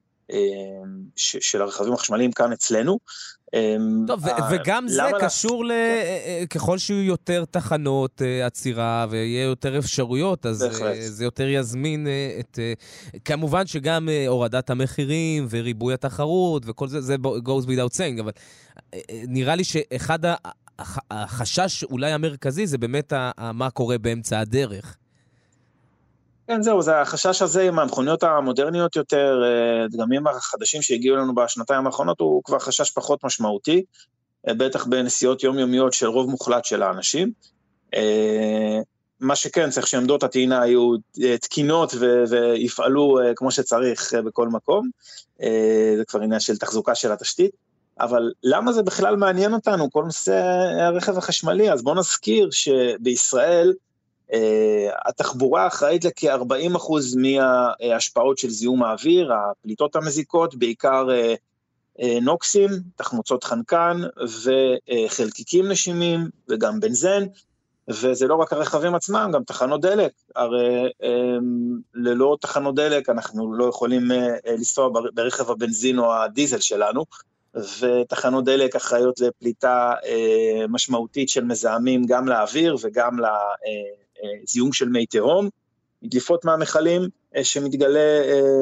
של הרכבים החשמליים כאן אצלנו. טוב, וגם זה קשור ככל שיהיו יותר תחנות עצירה ויהיה יותר אפשרויות, אז זה יותר יזמין את... כמובן שגם הורדת המחירים וריבוי התחרות וכל זה, זה goes without saying, אבל נראה לי שאחד החשש אולי המרכזי זה באמת מה קורה באמצע הדרך. כן, זהו, זה החשש הזה עם המכוניות המודרניות יותר, דגמים החדשים שהגיעו לנו בשנתיים האחרונות, הוא כבר חשש פחות משמעותי, בטח בנסיעות יומיומיות של רוב מוחלט של האנשים. מה שכן, צריך שעמדות הטעינה היו תקינות ויפעלו כמו שצריך בכל מקום, זה כבר עניין של תחזוקה של התשתית, אבל למה זה בכלל מעניין אותנו, כל נושא הרכב החשמלי? אז בואו נזכיר שבישראל, Uh, התחבורה אחראית לכ-ארבעים אחוז מההשפעות של זיהום האוויר, הפליטות המזיקות, בעיקר uh, uh, נוקסים, תחמוצות חנקן וחלקיקים נשימים וגם בנזן, וזה לא רק הרכבים עצמם, גם תחנות דלק, הרי um, ללא תחנות דלק אנחנו לא יכולים uh, לנסוע ברכב הבנזין או הדיזל שלנו, ותחנות דלק אחראיות לפליטה uh, משמעותית של מזהמים גם לאוויר וגם ל... Uh, זיהום של מי תהום, דליפות מהמחלים שמתגלה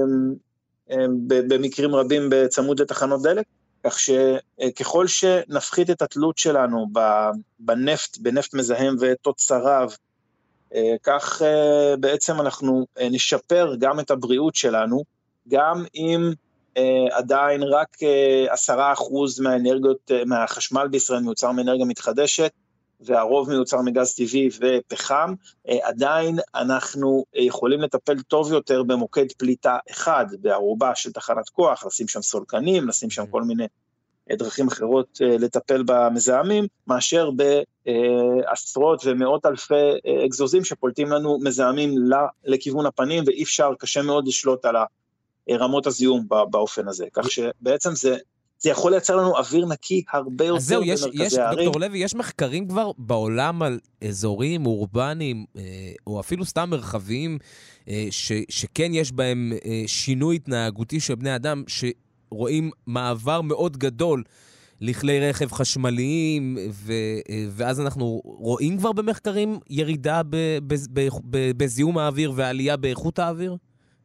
במקרים רבים בצמוד לתחנות דלק, כך שככל שנפחית את התלות שלנו בנפט, בנפט מזהם ותוצריו, כך בעצם אנחנו נשפר גם את הבריאות שלנו, גם אם עדיין רק עשרה אחוז מהאנרגיות, מהחשמל בישראל מיוצר מאנרגיה מתחדשת, והרוב מיוצר מגז טבעי ופחם, עדיין אנחנו יכולים לטפל טוב יותר במוקד פליטה אחד, בערובה של תחנת כוח, לשים שם סולקנים, לשים שם כל מיני דרכים אחרות לטפל במזהמים, מאשר בעשרות ומאות אלפי אקזוזים שפולטים לנו מזהמים לכיוון הפנים, ואי אפשר, קשה מאוד לשלוט על רמות הזיהום באופן הזה, כך שבעצם זה... זה יכול לייצר לנו אוויר נקי הרבה יותר זהו, יש, במרכזי יש, הערים. דוקטור לוי, יש מחקרים כבר בעולם על אזורים אורבניים, או אפילו סתם מרחבים, ש, שכן יש בהם שינוי התנהגותי של בני אדם, שרואים מעבר מאוד גדול לכלי רכב חשמליים, ו, ואז אנחנו רואים כבר במחקרים ירידה ב, ב, ב, ב, בזיהום האוויר ועלייה באיכות האוויר?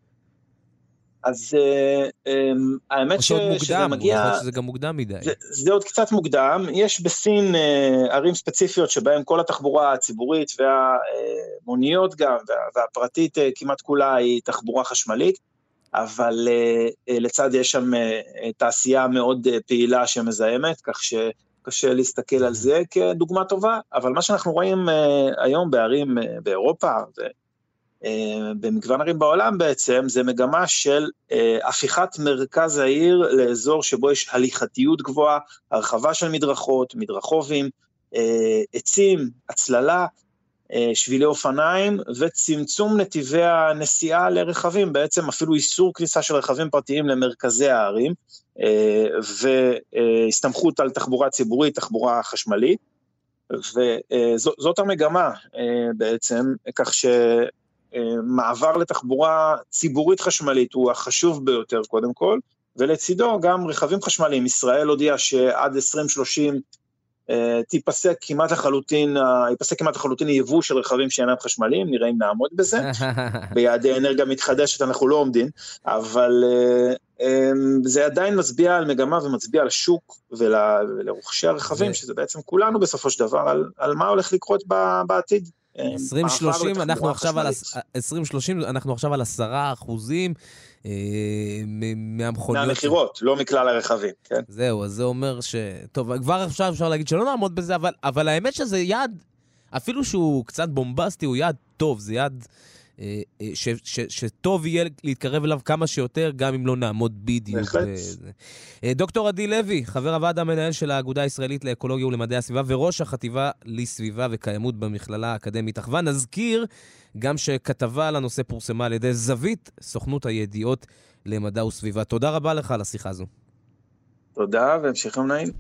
אז האמת שזה מגיע... שזה גם מוקדם מדי. זה עוד קצת מוקדם. יש בסין ערים ספציפיות שבהן כל התחבורה הציבורית והמוניות גם, והפרטית כמעט כולה היא תחבורה חשמלית, אבל לצד יש שם תעשייה מאוד פעילה שמזהמת, כך שקשה להסתכל על זה כדוגמה טובה, אבל מה שאנחנו רואים היום בערים באירופה, במגוון ערים בעולם בעצם, זה מגמה של הפיכת מרכז העיר לאזור שבו יש הליכתיות גבוהה, הרחבה של מדרכות, מדרחובים, עצים, הצללה, שבילי אופניים, וצמצום נתיבי הנסיעה לרכבים, בעצם אפילו איסור כניסה של רכבים פרטיים למרכזי הערים, והסתמכות על תחבורה ציבורית, תחבורה חשמלית, וזאת המגמה בעצם, כך ש... מעבר לתחבורה ציבורית חשמלית הוא החשוב ביותר קודם כל, ולצידו גם רכבים חשמליים. ישראל הודיעה שעד עשרים שלושים תיפסק כמעט לחלוטין, ייפסק כמעט לחלוטין ייבוא של רכבים שאינם חשמליים, נראה אם נעמוד בזה, ביעדי אנרגיה מתחדשת אנחנו לא עומדים, אבל זה עדיין מצביע על מגמה ומצביע על שוק ולרוכשי הרכבים, שזה בעצם כולנו בסופו של דבר, על, על מה הולך לקרות בעתיד. עשרים שלושים, אנחנו עכשיו על עשרים שלושים, אנחנו עכשיו על עשרה אחוזים מהמכוניות. מהמחירות, לא מכלל הרכבים, כן? זהו, אז זה אומר ש... טוב, כבר עכשיו אפשר להגיד שלא נעמוד בזה, אבל, אבל האמת שזה יעד, אפילו שהוא קצת בומבסטי, הוא יעד טוב, זה יעד ש, ש, שטוב יהיה להתקרב אליו כמה שיותר, גם אם לא נעמוד בדיוק. דוקטור עדי לוי, חבר הוועד המנהל של האגודה הישראלית לאקולוגיה ולמדעי הסביבה, וראש החטיבה לסביבה וקיימות במכללה האקדמית אחווה. נזכיר גם שכתבה על הנושא פורסמה על ידי זווית, סוכנות הידיעות למדע וסביבה. תודה רבה לך על השיחה הזו. תודה, והמשך יום נעים.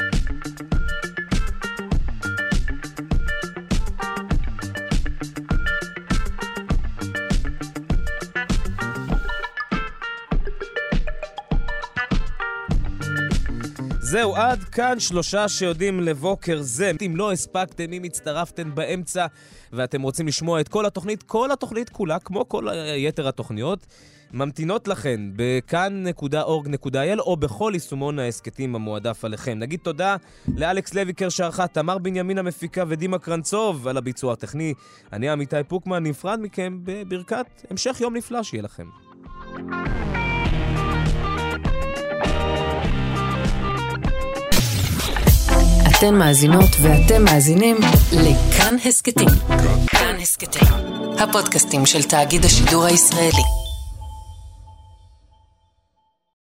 זהו, עד כאן שלושה שיודעים לבוקר זה. אם לא הספקתם, אם הצטרפתם באמצע ואתם רוצים לשמוע את כל התוכנית, כל התוכנית כולה, כמו כל יתר התוכניות, ממתינות לכן בכאן נקודה אורג נקודה איי אל או בכל יישומון העסקתים המועדף עליכם. נגיד תודה לאלכס לויקר שערכה, תמר בנימין המפיקה ודימה קרנצוב על הביצוע הטכני. אני עמיתי פוקמן, נפרד מכם בברכת המשך יום נפלא שיהיה לכם. אתן מאזינות ואתם מאזינים לכאן הסקטים. כאן הסקטים, הפודקאסטים של תאגיד השידור הישראלי.